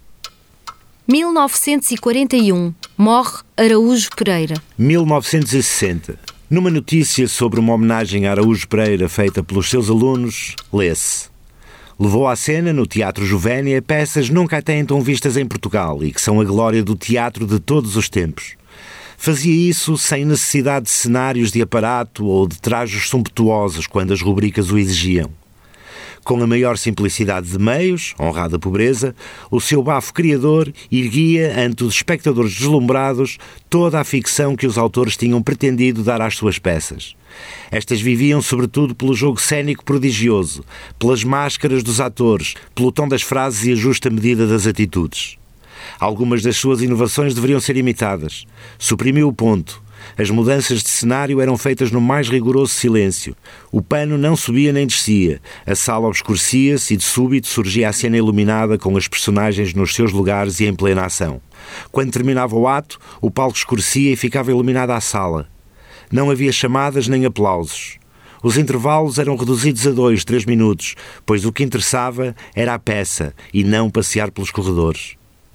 1941. Morre Araújo Pereira. 1960. Numa notícia sobre uma homenagem a Araújo Pereira feita pelos seus alunos, lê-se: levou à cena, no Teatro Juvénia, peças nunca até então vistas em Portugal e que são a glória do teatro de todos os tempos. Fazia isso sem necessidade de cenários de aparato ou de trajos sumptuosos quando as rubricas o exigiam. Com a maior simplicidade de meios, honrada pobreza, o seu bafo criador erguia ante os espectadores deslumbrados toda a ficção que os autores tinham pretendido dar às suas peças. Estas viviam sobretudo pelo jogo cênico prodigioso, pelas máscaras dos atores, pelo tom das frases e a justa medida das atitudes. Algumas das suas inovações deveriam ser imitadas. Suprimiu o ponto. As mudanças de cenário eram feitas no mais rigoroso silêncio. O pano não subia nem descia. A sala obscurecia-se e de súbito surgia a cena iluminada com as personagens nos seus lugares e em plena ação. Quando terminava o ato, o palco escurecia e ficava iluminada a sala. Não havia chamadas nem aplausos. Os intervalos eram reduzidos a 2, 3 minutos, pois o que interessava era a peça e não passear pelos corredores.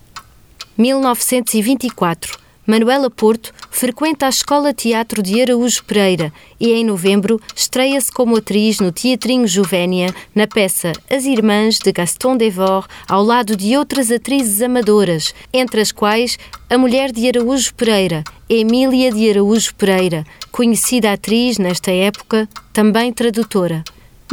1924. Manuela Porto frequenta a Escola Teatro de Araújo Pereira e, em novembro, estreia-se como atriz no Teatrinho Juvénia, na peça As Irmãs, de Gaston Devors, ao lado de outras atrizes amadoras, entre as quais a mulher de Araújo Pereira, Emília de Araújo Pereira, conhecida atriz nesta época, também tradutora.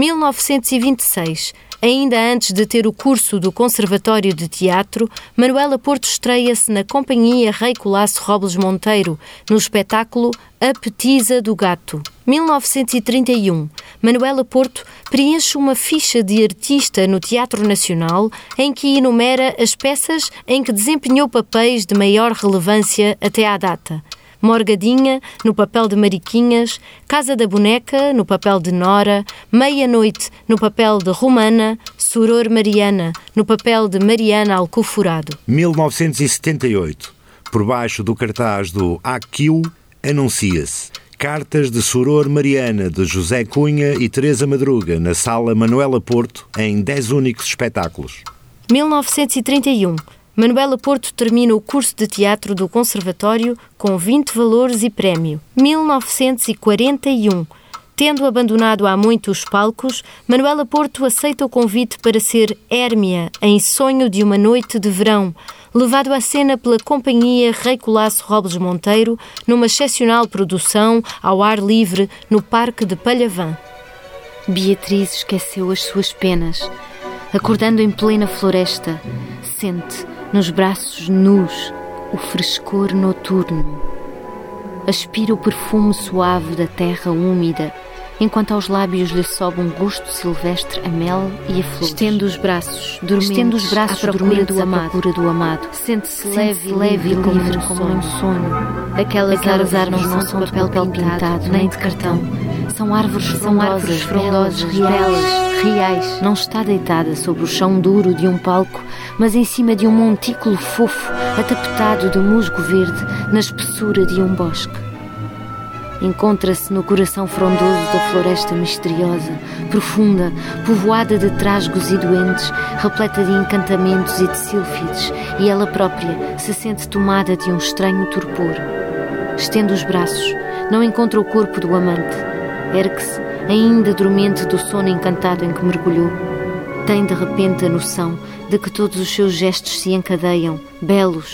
1926. Ainda antes de ter o curso do Conservatório de Teatro, Manuela Porto estreia-se na Companhia Rei Colasso Robles Monteiro, no espetáculo A Petisa do Gato. 1931. Manuela Porto preenche uma ficha de artista no Teatro Nacional, em que enumera as peças em que desempenhou papéis de maior relevância até à data. Morgadinha, no papel de Mariquinhas, Casa da Boneca, no papel de Nora, Meia-Noite, no papel de Romana, Soror Mariana, no papel de Mariana Alcoforado. 1978. Por baixo do cartaz do AQ, anuncia-se: Cartas de Soror Mariana, de José Cunha e Teresa Madruga, na Sala Manuela Porto, em 10 únicos espetáculos. 1931. Manuela Porto termina o curso de teatro do Conservatório com 20 valores e prémio. 1941. Tendo abandonado há muito os palcos, Manuela Porto aceita o convite para ser Hérmia em Sonho de uma Noite de Verão, levado à cena pela Companhia Rei Colasso Robles Monteiro, numa excepcional produção ao ar livre no Parque de Palhavã. Beatriz esqueceu as suas penas. Acordando em plena floresta, sente nos braços nus o frescor noturno. Aspira o perfume suave da terra úmida, enquanto aos lábios lhe sobe um gosto silvestre a mel e a flores. Estende os braços, dormentes à procura do amado. Sente-se leve e livre como num sonho. Aquelas árvores não são de papel pintado, nem de cartão. São árvores frondosas, belas, reais. Não está deitada sobre o chão duro de um palco, mas em cima de um montículo fofo, atapetado de musgo verde, na espessura de um bosque. Encontra-se no coração frondoso da floresta misteriosa, profunda, povoada de trasgos e doentes, repleta de encantamentos e de sílfides, e ela própria se sente tomada de um estranho torpor. Estende os braços, não encontra o corpo do amante. Ergue-se, ainda dormente do sono encantado em que mergulhou. Tem de repente a noção de que todos os seus gestos se encadeiam, belos,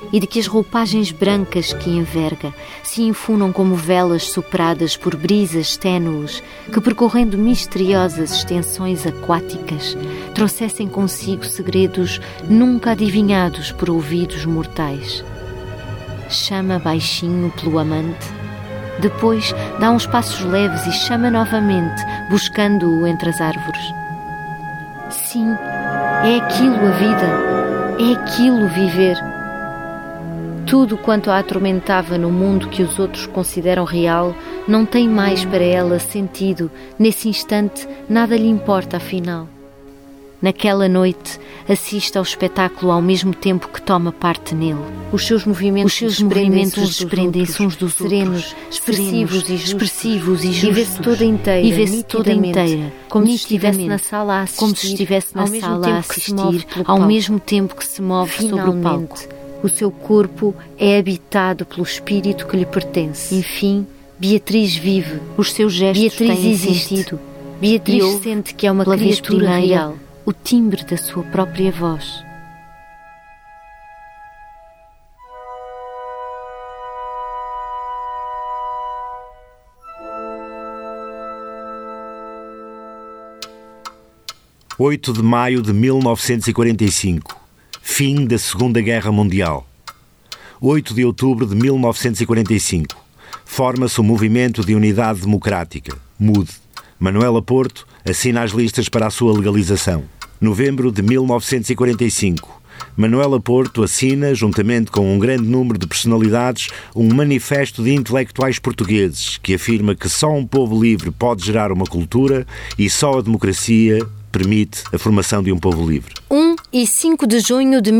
e de que as roupagens brancas que enverga se infunam como velas sopradas por brisas ténues que, percorrendo misteriosas extensões aquáticas, trouxessem consigo segredos nunca adivinhados por ouvidos mortais. Chama baixinho pelo amante, depois dá uns passos leves e chama novamente, buscando-o entre as árvores. Sim, é aquilo a vida, é aquilo viver. Tudo quanto a atormentava no mundo que os outros consideram real não tem mais para ela sentido. Nesse instante, nada lhe importa, afinal. Naquela noite, assiste ao espetáculo ao mesmo tempo que toma parte nele. Os seus movimentos desprendem-se uns dos serenos, expressivos e justos. E vê-se toda inteira, como se estivesse na sala a assistir, ao mesmo tempo que se move sobre o palco. O seu corpo é habitado pelo espírito que lhe pertence. Enfim, Beatriz vive. Os seus gestos têm sentido. Beatriz sente que é uma criatura real. O timbre da sua própria voz. – 8 de maio de 1945. Fim da Segunda Guerra Mundial. 8 de outubro de 1945. Forma-se o Movimento de Unidade Democrática, MUD. Manuela Porto assina as listas para a sua legalização. Novembro de 1945. Manuela Porto assina, juntamente com um grande número de personalidades, um manifesto de intelectuais portugueses que afirma que só um povo livre pode gerar uma cultura e só a democracia permite a formação de um povo livre. 1 e 5 de junho de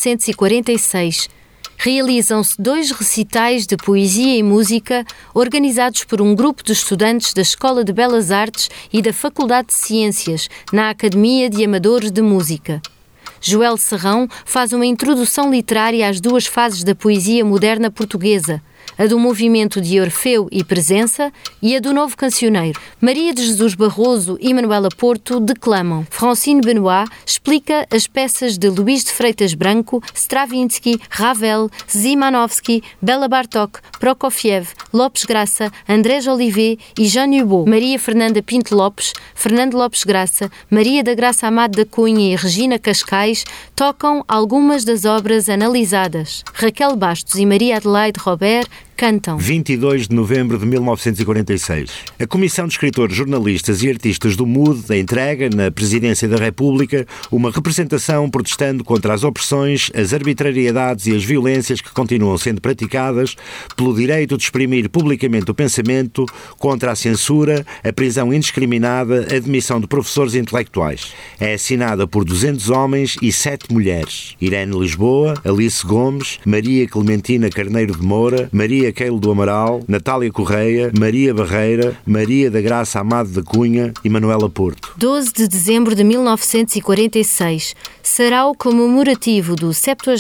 1946. Realizam-se 2 recitais de poesia e música organizados por um grupo de estudantes da Escola de Belas Artes e da Faculdade de Ciências, na Academia de Amadores de Música. Joel Serrão faz uma introdução literária às 2 fases da poesia moderna portuguesa, a do movimento de Orfeu e Presença e a do Novo Cancioneiro. Maria de Jesus Barroso e Manuela Porto declamam. Francine Benoit explica as peças de Luís de Freitas Branco, Stravinsky, Ravel, Zimanowski, Bela Bartók, Prokofiev, Lopes Graça, Andrés Olivet e Jean Hubeau. Maria Fernanda Pinto Lopes, Fernando Lopes Graça, Maria da Graça Amado da Cunha e Regina Cascais tocam algumas das obras analisadas. Raquel Bastos e Maria Adelaide Robert cantam. 22 de novembro de 1946. A Comissão de Escritores, Jornalistas e Artistas do MUD entrega, na Presidência da República, uma representação protestando contra as opressões, as arbitrariedades e as violências que continuam sendo praticadas, pelo direito de exprimir publicamente o pensamento, contra a censura, a prisão indiscriminada, a demissão de professores intelectuais. É assinada por 200 homens e 7 mulheres. Irene Lisboa, Alice Gomes, Maria Clementina Carneiro de Moura, Maria Queilo do Amaral, Natália Correia, Maria Barreira, Maria da Graça Amado da Cunha e Manuela Porto. 12 de dezembro de 1946 será o comemorativo do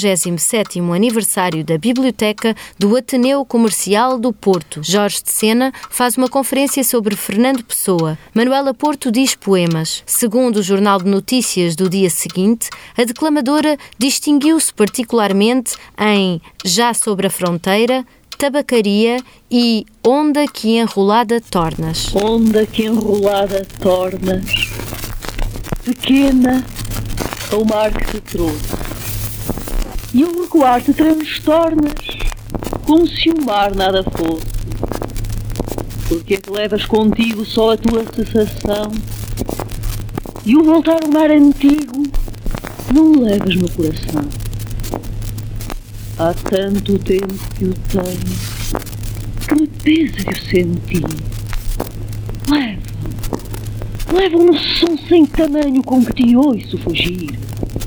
77º aniversário da Biblioteca do Ateneu Comercial do Porto. Jorge de Sena faz uma conferência sobre Fernando Pessoa. Manuela Porto diz poemas. Segundo o Jornal de Notícias do dia seguinte, a declamadora distinguiu-se particularmente em Já sobre a Fronteira, Tabacaria e Onda que enrolada tornas. Onda que enrolada tornas, pequena ao mar que te trouxe, e ao recuar te transtornas, como se o mar nada fosse, porque é que levas contigo só a tua cessação, e o voltar ao mar antigo não levas no coração. Há tanto tempo que o tenho, que me pesa de o sentir. Levam no som sem tamanho com que te ouço fugir.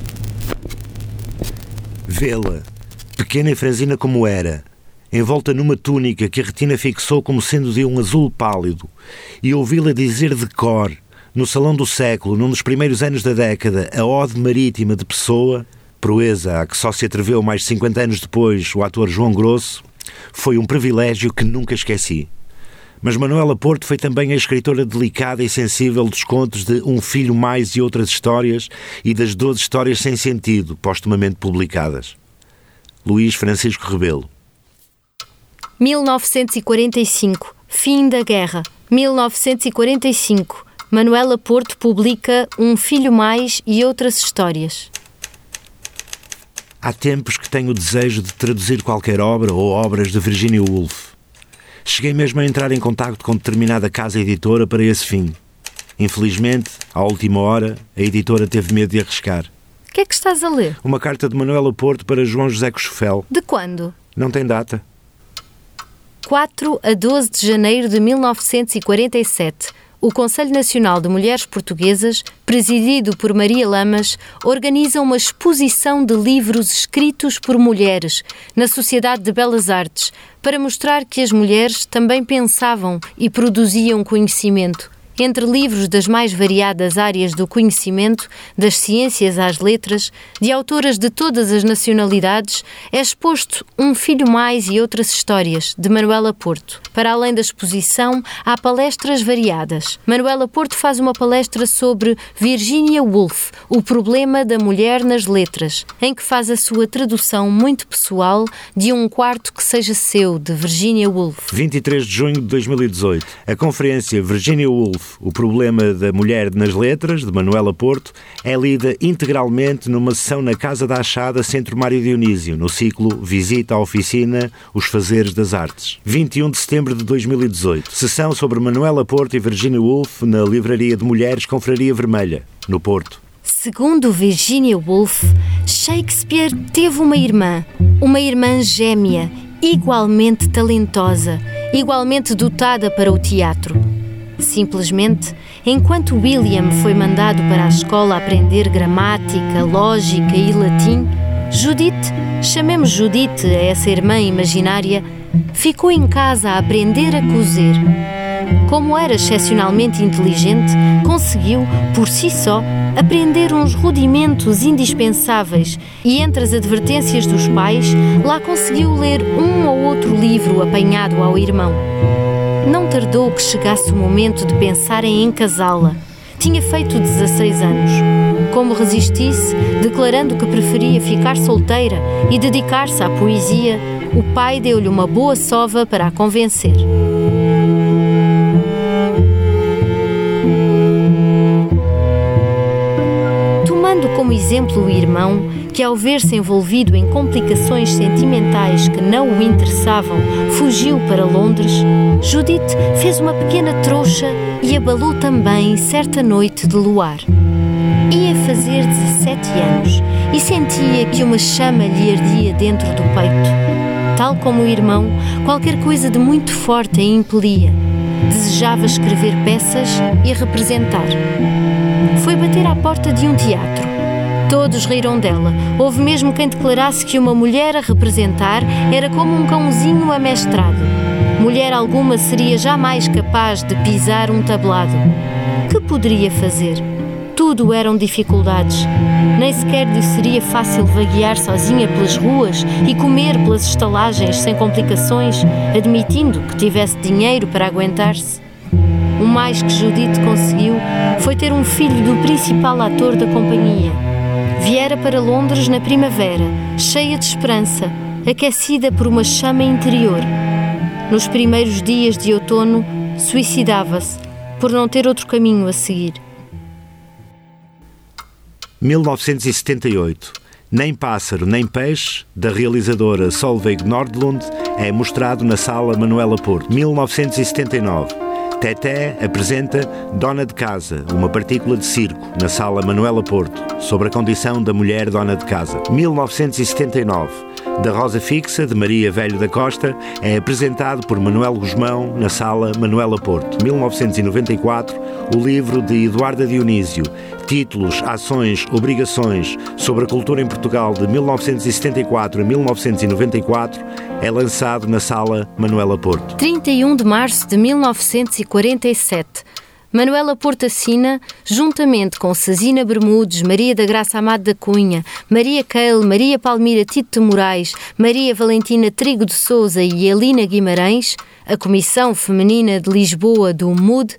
Vê-la, pequena e franzina como era, envolta numa túnica que a retina fixou como sendo de um azul pálido, e ouvi-la dizer de cor, no Salão do Século, num dos primeiros anos da década, a ode marítima de Pessoa, proeza a que só se atreveu mais de 50 anos depois o ator João Grosso, foi um privilégio que nunca esqueci. Mas Manuela Porto foi também a escritora delicada e sensível dos contos de Um Filho Mais e Outras Histórias e das 12 Histórias Sem Sentido, postumamente publicadas. Luís Francisco Rebelo. 1945. Fim da guerra. 1945. Manuela Porto publica Um Filho Mais e Outras Histórias. Há tempos que tenho o desejo de traduzir qualquer obra ou obras de Virginia Woolf. Cheguei mesmo a entrar em contacto com determinada casa editora para esse fim. Infelizmente, à última hora, a editora teve medo de arriscar. O que é que estás a ler? Uma carta de Manuela Porto para João José Cochofel. De quando? Não tem data. 4 a 12 de janeiro de 1947. O Conselho Nacional de Mulheres Portuguesas, presidido por Maria Lamas, organiza uma exposição de livros escritos por mulheres na Sociedade de Belas Artes para mostrar que as mulheres também pensavam e produziam conhecimento. Entre livros das mais variadas áreas do conhecimento, das ciências às letras, de autoras de todas as nacionalidades, é exposto Um Filho Mais e Outras Histórias, de Manuela Porto. Para além da exposição, há palestras variadas. Manuela Porto faz uma palestra sobre Virginia Woolf, o problema da mulher nas letras, em que faz a sua tradução muito pessoal de Um Quarto que Seja Seu, de Virginia Woolf. 23 de junho de 2018. A conferência Virginia Woolf, O Problema da Mulher nas Letras, de Manuela Porto, é lida integralmente numa sessão na Casa da Achada, Centro Mário Dionísio, no ciclo Visita à Oficina, Os Fazeres das Artes. 21 de setembro de 2018. Sessão sobre Manuela Porto e Virginia Woolf na Livraria de Mulheres Confraria Vermelha, no Porto. Segundo Virginia Woolf, Shakespeare teve uma irmã gêmea, igualmente talentosa, igualmente dotada para o teatro. Simplesmente, enquanto William foi mandado para a escola aprender gramática, lógica e latim, Judith, chamemos Judith a essa irmã imaginária, ficou em casa a aprender a cozer. Como era excepcionalmente inteligente, conseguiu, por si só, aprender uns rudimentos indispensáveis e, entre as advertências dos pais, lá conseguiu ler um ou outro livro apanhado ao irmão. Não tardou que chegasse o momento de pensar em encasá-la. Tinha feito 16 anos. Como resistisse, declarando que preferia ficar solteira e dedicar-se à poesia, o pai deu-lhe uma boa sova para a convencer. Tomando como exemplo o irmão, que ao ver-se envolvido em complicações sentimentais que não o interessavam, fugiu para Londres, Judith fez uma pequena trouxa e abalou também certa noite de luar. Ia fazer 17 anos e sentia que uma chama lhe ardia dentro do peito. Tal como o irmão, qualquer coisa de muito forte a impelia. Desejava escrever peças e representar. Foi bater à porta de um teatro. Todos riram dela. Houve mesmo quem declarasse que uma mulher a representar era como um cãozinho amestrado. Mulher alguma seria jamais capaz de pisar um tablado. Que poderia fazer? Tudo eram dificuldades. Nem sequer lhe seria fácil vaguear sozinha pelas ruas e comer pelas estalagens sem complicações, admitindo que tivesse dinheiro para aguentar-se. O mais que Judith conseguiu foi ter um filho do principal ator da companhia. Viera para Londres na primavera, cheia de esperança, aquecida por uma chama interior. Nos primeiros dias de outono, suicidava-se, por não ter outro caminho a seguir. 1978. Nem Pássaro, Nem Peixe, da realizadora Solveig Nordlund, é mostrado na Sala Manuela Porto. 1979. Teté apresenta Dona de Casa, uma partícula de circo, na Sala Manuela Porto, sobre a condição da mulher dona de casa. 1979. Da Rosa Fixa, de Maria Velho da Costa, é apresentado por Manuel Guzmão, na Sala Manuela Porto. 1994. O livro de Eduarda Dionísio, Títulos, Ações, Obrigações sobre a Cultura em Portugal, de 1974 a 1994, é lançado na Sala Manuela Porto. 31 de março de 1947. Manuela Porto assina, juntamente com Cezina Bermudes, Maria da Graça Amado da Cunha, Maria Keil, Maria Palmira Tito de Moraes, Maria Valentina Trigo de Sousa e Elina Guimarães, a Comissão Feminina de Lisboa do MUD,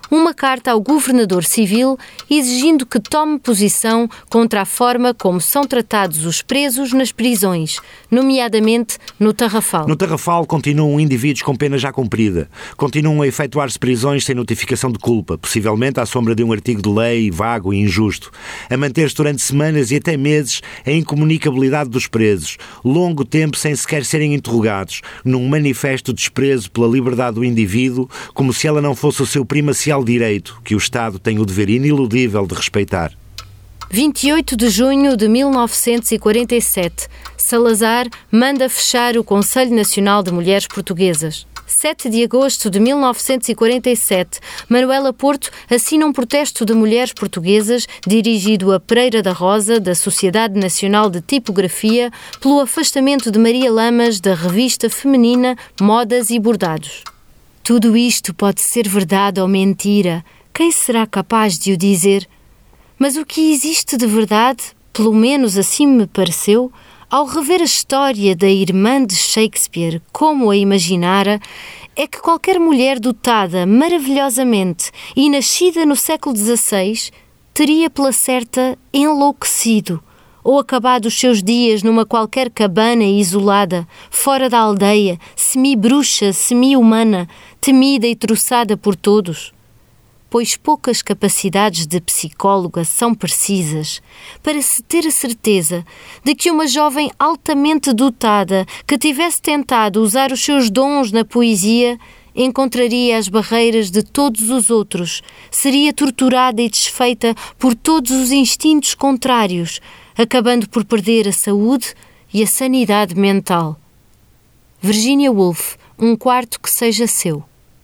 uma carta ao governador civil exigindo que tome posição contra a forma como são tratados os presos nas prisões, nomeadamente no Tarrafal. No Tarrafal continuam indivíduos com pena já cumprida. Continuam a efetuar-se prisões sem notificação de culpa, possivelmente à sombra de um artigo de lei vago e injusto. A manter-se durante semanas e até meses a incomunicabilidade dos presos, longo tempo sem sequer serem interrogados, num manifesto de desprezo pela liberdade do indivíduo, como se ela não fosse o seu primacial direito, que o Estado tem o dever iniludível de respeitar. 28 de junho de 1947, Salazar manda fechar o Conselho Nacional de Mulheres Portuguesas. 7 de agosto de 1947, Manuela Porto assina um protesto de mulheres portuguesas dirigido a Pereira da Rosa, da Sociedade Nacional de Tipografia, pelo afastamento de Maria Lamas da revista feminina Modas e Bordados. Tudo isto pode ser verdade ou mentira. Quem será capaz de o dizer? Mas o que existe de verdade, pelo menos assim me pareceu, ao rever a história da irmã de Shakespeare como a imaginara, é que qualquer mulher dotada maravilhosamente e nascida no século XVI teria pela certa enlouquecido ou acabado os seus dias numa qualquer cabana isolada, fora da aldeia, semi-bruxa, semi-humana, temida e troçada por todos. Pois poucas capacidades de psicóloga são precisas para se ter a certeza de que uma jovem altamente dotada que tivesse tentado usar os seus dons na poesia encontraria as barreiras de todos os outros, seria torturada e desfeita por todos os instintos contrários, acabando por perder a saúde e a sanidade mental. Virginia Woolf, Um Quarto que Seja Seu.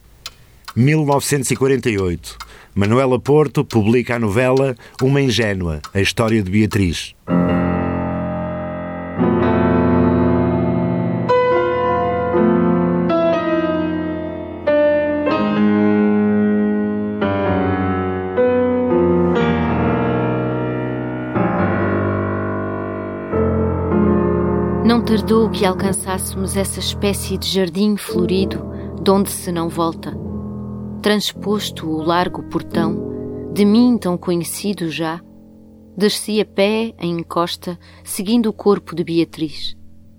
1948. Manuela Porto publica a novela Uma Ingênua, a história de Beatriz. Não tardou que alcançássemos essa espécie de jardim florido, de onde se não volta. Transposto o largo portão, de mim tão conhecido já, desci a pé em encosta, seguindo o corpo de Beatriz.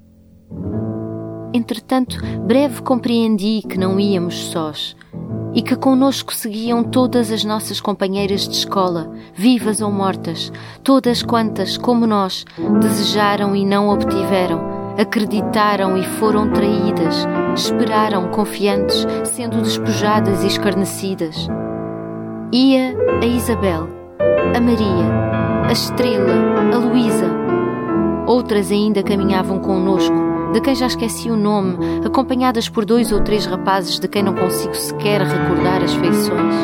Entretanto, breve compreendi que não íamos sós e que connosco seguiam todas as nossas companheiras de escola, vivas ou mortas, todas quantas, como nós, desejaram e não obtiveram, acreditaram e foram traídas, esperaram confiantes, sendo despojadas e escarnecidas. Ia a Isabel, a Maria, a Estrela, a Luísa. Outras ainda caminhavam connosco, de quem já esqueci o nome, acompanhadas por 2 ou 3 rapazes de quem não consigo sequer recordar as feições.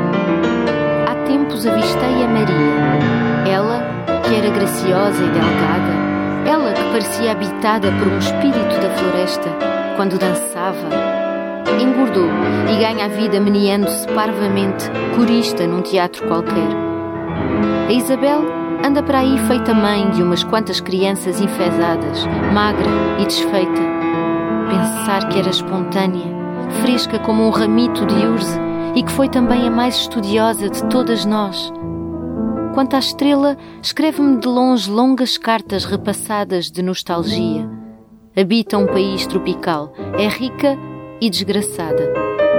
Há tempos avistei a Maria, ela que era graciosa e delgada, ela que parecia habitada por um espírito da floresta, quando dançava. Engordou e ganha a vida meneando-se parvamente, corista num teatro qualquer. A Isabel anda para aí feita mãe de umas quantas crianças enfesadas, magra e desfeita. Pensar que era espontânea, fresca como um ramito de urze e que foi também a mais estudiosa de todas nós. Quanto à Estrela, escreve-me de longe longas cartas repassadas de nostalgia. Habita um país tropical, é rica e desgraçada.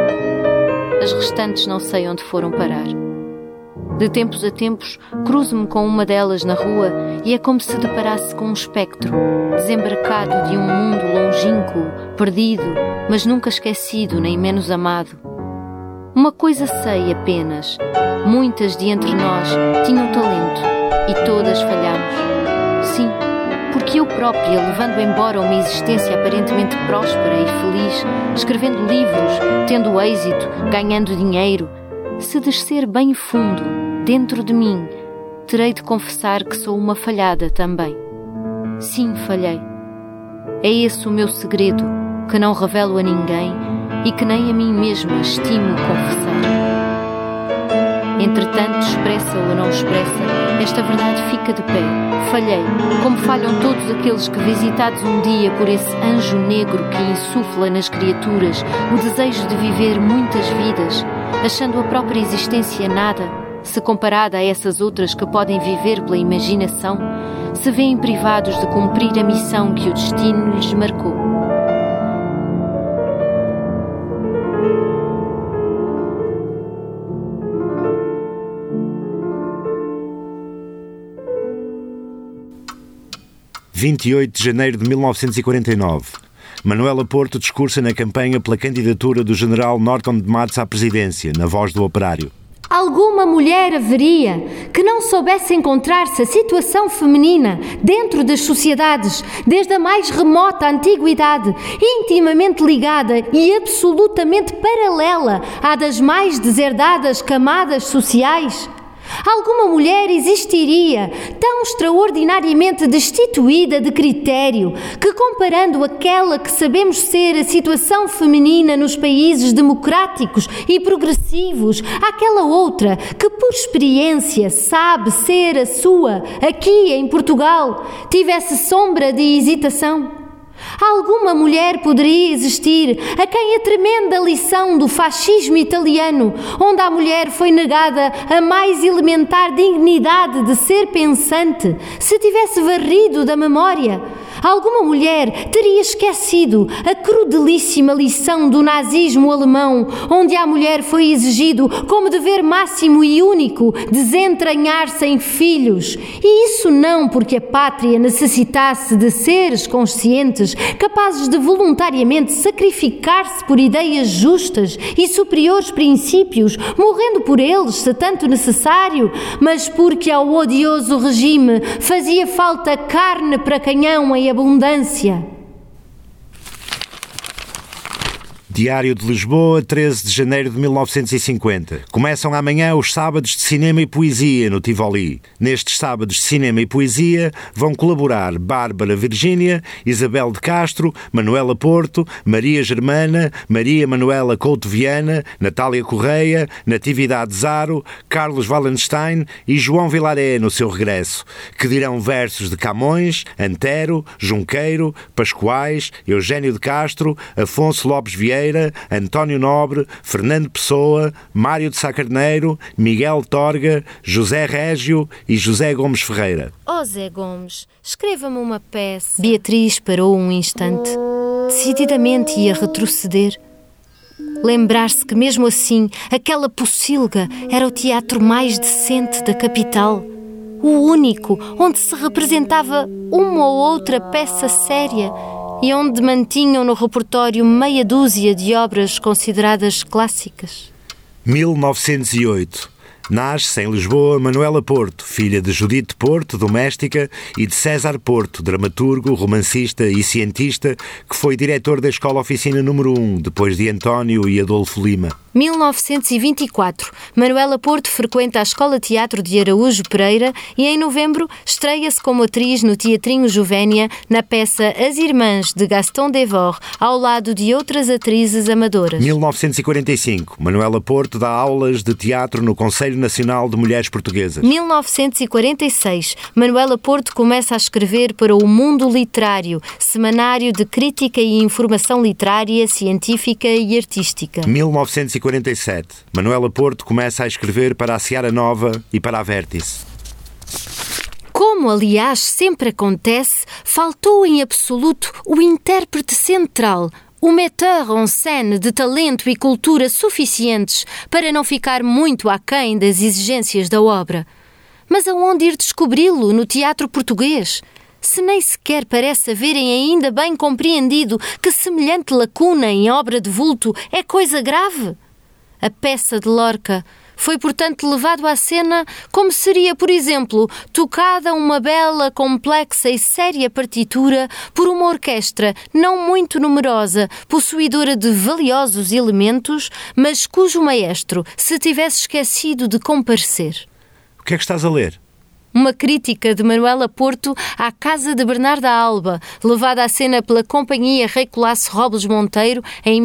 As restantes não sei onde foram parar. De tempos a tempos, cruzo-me com uma delas na rua e é como se deparasse com um espectro, desembarcado de um mundo longínquo, perdido, mas nunca esquecido nem menos amado. Uma coisa sei apenas, muitas de entre nós tinham talento e todas falhamos. Sim, porque eu própria, levando embora uma existência aparentemente próspera e feliz, escrevendo livros, tendo êxito, ganhando dinheiro, se descer bem fundo, dentro de mim, terei de confessar que sou uma falhada também. Sim, falhei. É esse o meu segredo, que não revelo a ninguém e que nem a mim mesma estimo confessar. Entretanto, expressa ou não expressa, esta verdade fica de pé. Falhei, como falham todos aqueles que, visitados um dia por esse anjo negro que insufla nas criaturas o desejo de viver muitas vidas, achando a própria existência nada, se comparada a essas outras que podem viver pela imaginação, se veem privados de cumprir a missão que o destino lhes marcou. – 28 de janeiro de 1949. Manuela Porto discursa na campanha pela candidatura do general Norton de Matos à presidência, na Voz do Operário. Alguma mulher haveria que não soubesse encontrar-se a situação feminina dentro das sociedades, desde a mais remota antiguidade, intimamente ligada e absolutamente paralela à das mais deserdadas camadas sociais? Alguma mulher existiria tão extraordinariamente destituída de critério que, comparando aquela que sabemos ser a situação feminina nos países democráticos e progressivos àquela outra que, por experiência, sabe ser a sua, aqui em Portugal, tivesse sombra de hesitação? Alguma mulher poderia existir a quem a tremenda lição do fascismo italiano, onde à mulher foi negada a mais elementar dignidade de ser pensante, se tivesse varrido da memória? Alguma mulher teria esquecido a crudelíssima lição do nazismo alemão, onde à mulher foi exigido, como dever máximo e único, desentranhar-se em filhos? E isso não porque a pátria necessitasse de seres conscientes, capazes de voluntariamente sacrificar-se por ideias justas e superiores princípios, morrendo por eles se tanto necessário, mas porque ao odioso regime fazia falta carne para canhão em abundância. Diário de Lisboa, 13 de janeiro de 1950. Começam amanhã os sábados de cinema e poesia no Tivoli. Nestes sábados de cinema e poesia vão colaborar Bárbara Virgínia, Isabel de Castro, Manuela Porto, Maria Germana, Maria Manuela Couto Viana, Natália Correia, Natividade Zaro, Carlos Wallenstein e João Vilaré no seu regresso, que dirão versos de Camões, Antero, Junqueiro, Pascoais, Eugênio de Castro, Afonso Lopes Vieira, António Nobre, Fernando Pessoa, Mário de Sá Carneiro, Miguel Torga, José Régio e José Gomes Ferreira. Oh Zé Gomes, escreva-me uma peça. Beatriz parou um instante. Decididamente ia retroceder. Lembrar-se que mesmo assim aquela pocilga era o teatro mais decente da capital. O único onde se representava uma ou outra peça séria e onde mantinham no repertório meia dúzia de obras consideradas clássicas. 1908. Nasce em Lisboa Manuela Porto, filha de Judite Porto, doméstica, e de César Porto, dramaturgo, romancista e cientista, que foi diretor da Escola Oficina número 1, depois de António e Adolfo Lima. 1924. Manuela Porto frequenta a Escola Teatro de Araújo Pereira e, em novembro, estreia-se como atriz no Teatrinho Juvénia na peça As Irmãs, de Gaston Devor, ao lado de outras atrizes amadoras. 1945. Manuela Porto dá aulas de teatro no Conselho Nacional de Mulheres Portuguesas. 1946. Manuela Porto começa a escrever para o Mundo Literário, semanário de crítica e informação literária, científica e artística. 1947. Manuela Porto começa a escrever para a Seara Nova e para a Vértice. Como, aliás, sempre acontece, faltou em absoluto o intérprete central, o metteur en scène de talento e cultura suficientes para não ficar muito aquém das exigências da obra. Mas aonde ir descobri-lo no teatro português? Se nem sequer parece haverem ainda bem compreendido que semelhante lacuna em obra de vulto é coisa grave. A peça de Lorca foi, portanto, levado à cena como seria, por exemplo, tocada uma bela, complexa e séria partitura por uma orquestra não muito numerosa, possuidora de valiosos elementos, mas cujo maestro se tivesse esquecido de comparecer. O que é que estás a ler? Uma crítica de Manuela Porto à Casa de Bernarda Alba, levada à cena pela Companhia Rei Colasso Robles Monteiro em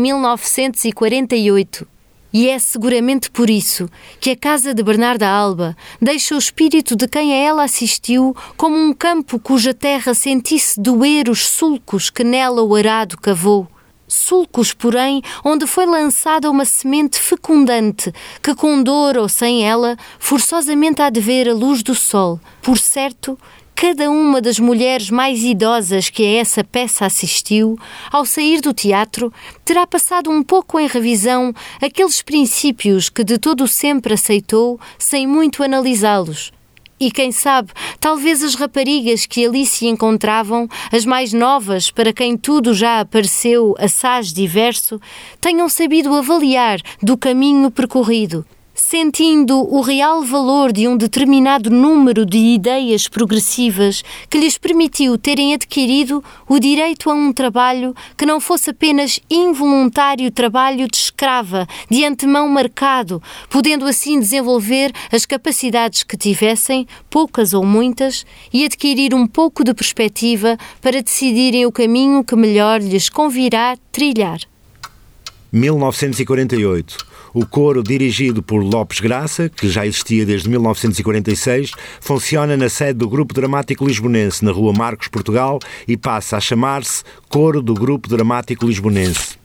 1948. E é seguramente por isso que a Casa de Bernarda Alba deixa o espírito de quem a ela assistiu como um campo cuja terra sentisse doer os sulcos que nela o arado cavou. Sulcos, porém, onde foi lançada uma semente fecundante, que com dor ou sem ela, forçosamente há de ver a luz do sol. Por certo, cada uma das mulheres mais idosas que a essa peça assistiu, ao sair do teatro, terá passado um pouco em revisão aqueles princípios que de todo sempre aceitou, sem muito analisá-los. E quem sabe, talvez as raparigas que ali se encontravam, as mais novas, para quem tudo já apareceu assaz diverso, tenham sabido avaliar do caminho percorrido, sentindo o real valor de um determinado número de ideias progressivas que lhes permitiu terem adquirido o direito a um trabalho que não fosse apenas involuntário trabalho de escrava, de antemão marcado, podendo assim desenvolver as capacidades que tivessem, poucas ou muitas, e adquirir um pouco de perspectiva para decidirem o caminho que melhor lhes convirá trilhar. 1948. O coro, dirigido por Lopes Graça, que já existia desde 1946, funciona na sede do Grupo Dramático Lisbonense, na Rua Marcos, Portugal, e passa a chamar-se Coro do Grupo Dramático Lisbonense.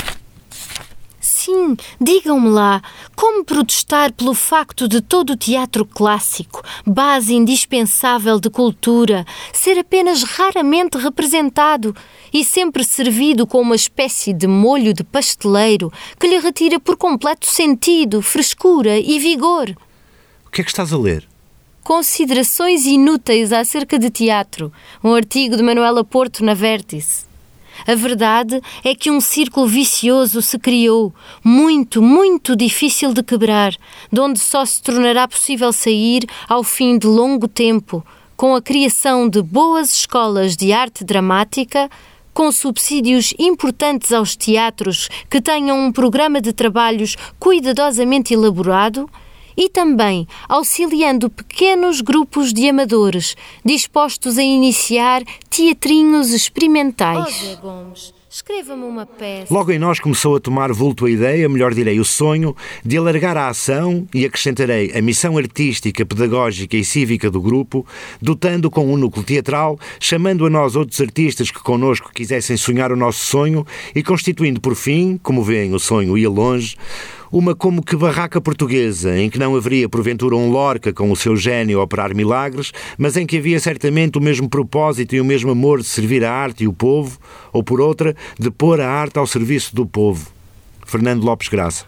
Sim, digam-me lá, como protestar pelo facto de todo o teatro clássico, base indispensável de cultura, ser apenas raramente representado e sempre servido com uma espécie de molho de pasteleiro que lhe retira por completo sentido, frescura e vigor? O que é que estás a ler? Considerações inúteis acerca de teatro, um artigo de Manuela Porto na Vértice. A verdade é que um círculo vicioso se criou, muito, muito difícil de quebrar, de onde só se tornará possível sair ao fim de longo tempo, com a criação de boas escolas de arte dramática, com subsídios importantes aos teatros que tenham um programa de trabalhos cuidadosamente elaborado, e também auxiliando pequenos grupos de amadores dispostos a iniciar teatrinhos experimentais. José Gomes, escreva-me uma peça. Logo em nós começou a tomar vulto a ideia, melhor direi o sonho, de alargar a ação e acrescentarei a missão artística, pedagógica e cívica do grupo, dotando com um núcleo teatral, chamando a nós outros artistas que connosco quisessem sonhar o nosso sonho e constituindo por fim, como veem o sonho ia longe, uma como que barraca portuguesa, em que não haveria porventura um Lorca com o seu gênio a operar milagres, mas em que havia certamente o mesmo propósito e o mesmo amor de servir a arte e o povo, ou por outra, de pôr a arte ao serviço do povo. Fernando Lopes Graça.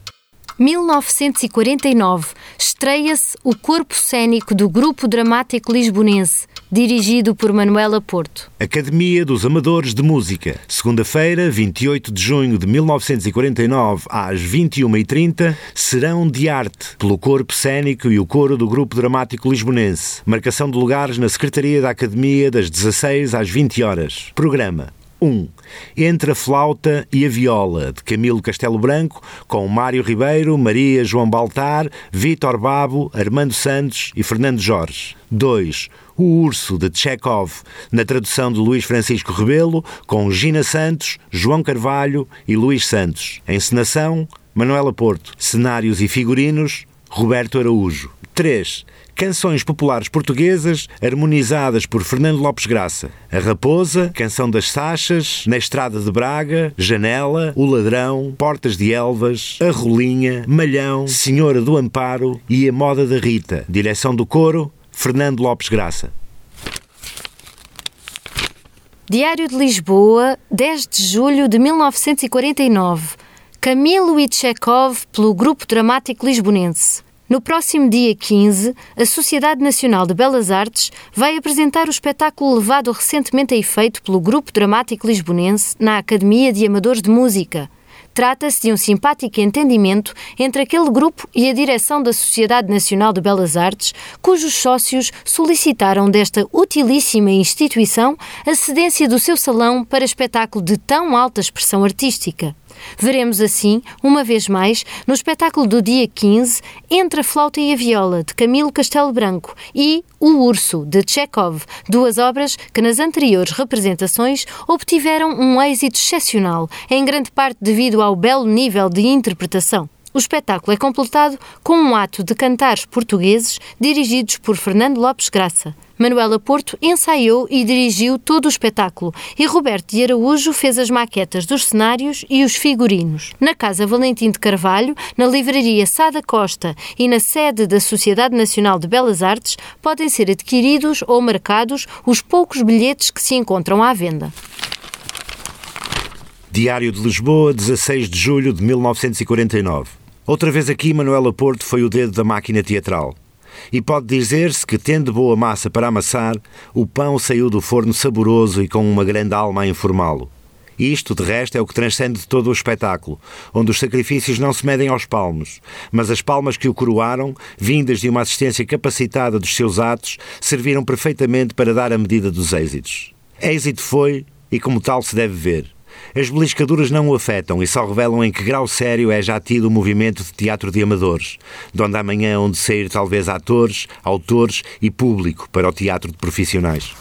1949. Estreia-se o corpo cênico do Grupo Dramático Lisbonense, dirigido por Manuela Porto. Academia dos Amadores de Música. Segunda-feira, 28 de junho de 1949, às 21h30, serão de arte pelo corpo cênico e o coro do Grupo Dramático Lisbonense. Marcação de lugares na Secretaria da Academia das 16 às 20 horas. Programa 1. Entre a Flauta e a Viola, de Camilo Castelo Branco, com Mário Ribeiro, Maria João Baltar, Vítor Babo, Armando Santos e Fernando Jorge. 2. O Urso, de Chekhov, na tradução de Luís Francisco Rebelo, com Gina Santos, João Carvalho e Luís Santos. Encenação, Manuela Porto. Cenários e figurinos, Roberto Araújo. 3. Canções populares portuguesas harmonizadas por Fernando Lopes Graça. A Raposa, Canção das Sachas, Na Estrada de Braga, Janela, O Ladrão, Portas de Elvas, A Rolinha, Malhão, Senhora do Amparo e A Moda da Rita. Direção do coro, Fernando Lopes Graça. Diário de Lisboa, 10 de julho de 1949. Camilo e Chekhov pelo Grupo Dramático Lisbonense. No próximo dia 15, a Sociedade Nacional de Belas Artes vai apresentar o espetáculo levado recentemente a efeito pelo Grupo Dramático Lisbonense na Academia de Amadores de Música. Trata-se de um simpático entendimento entre aquele grupo e a direção da Sociedade Nacional de Belas Artes, cujos sócios solicitaram desta utilíssima instituição a cedência do seu salão para espetáculo de tão alta expressão artística. Veremos assim, uma vez mais, no espetáculo do dia 15, Entre a Flauta e a Viola, de Camilo Castelo Branco, e O Urso, de Chekhov, duas obras que nas anteriores representações obtiveram um êxito excepcional, em grande parte devido ao belo nível de interpretação. O espetáculo é completado com um ato de cantares portugueses dirigidos por Fernando Lopes Graça. Manuela Porto ensaiou e dirigiu todo o espetáculo e Roberto de Araújo fez as maquetas dos cenários e os figurinos. Na Casa Valentim de Carvalho, na Livraria Sá da Costa e na sede da Sociedade Nacional de Belas Artes podem ser adquiridos ou marcados os poucos bilhetes que se encontram à venda. Diário de Lisboa, 16 de julho de 1949. Outra vez aqui, Manuela Porto foi o dedo da máquina teatral. E pode dizer-se que, tendo boa massa para amassar, o pão saiu do forno saboroso e com uma grande alma a informá-lo. Isto, de resto, é o que transcende todo o espetáculo, onde os sacrifícios não se medem aos palmos, mas as palmas que o coroaram, vindas de uma assistência capacitada dos seus atos, serviram perfeitamente para dar a medida dos êxitos. Êxito foi, e como tal se deve ver. As beliscaduras não o afetam e só revelam em que grau sério é já tido o movimento de teatro de amadores, de onde amanhã hão de sair talvez atores, autores e público para o teatro de profissionais.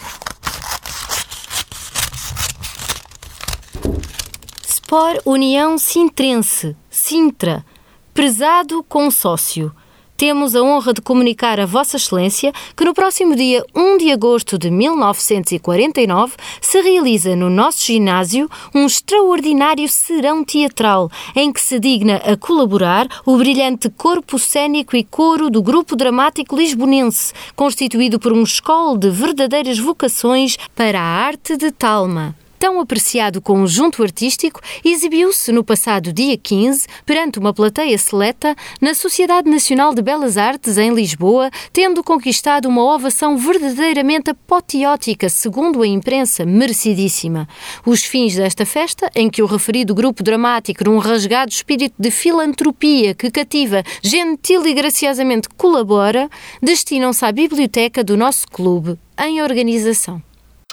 Spor União Sintrense, Sintra, prezado consórcio. Temos a honra de comunicar a Vossa Excelência que no próximo dia 1 de agosto de 1949 se realiza no nosso ginásio um extraordinário serão teatral em que se digna a colaborar o brilhante corpo cênico e coro do Grupo Dramático Lisbonense, constituído por um escola de verdadeiras vocações para a arte de Talma. Tão apreciado conjunto artístico exibiu-se no passado dia 15, perante uma plateia seleta, na Sociedade Nacional de Belas Artes, em Lisboa, tendo conquistado uma ovação verdadeiramente apoteótica, segundo a imprensa merecidíssima. Os fins desta festa, em que o referido grupo dramático, num rasgado espírito de filantropia que cativa, gentil e graciosamente colabora, destinam-se à biblioteca do nosso clube, em organização.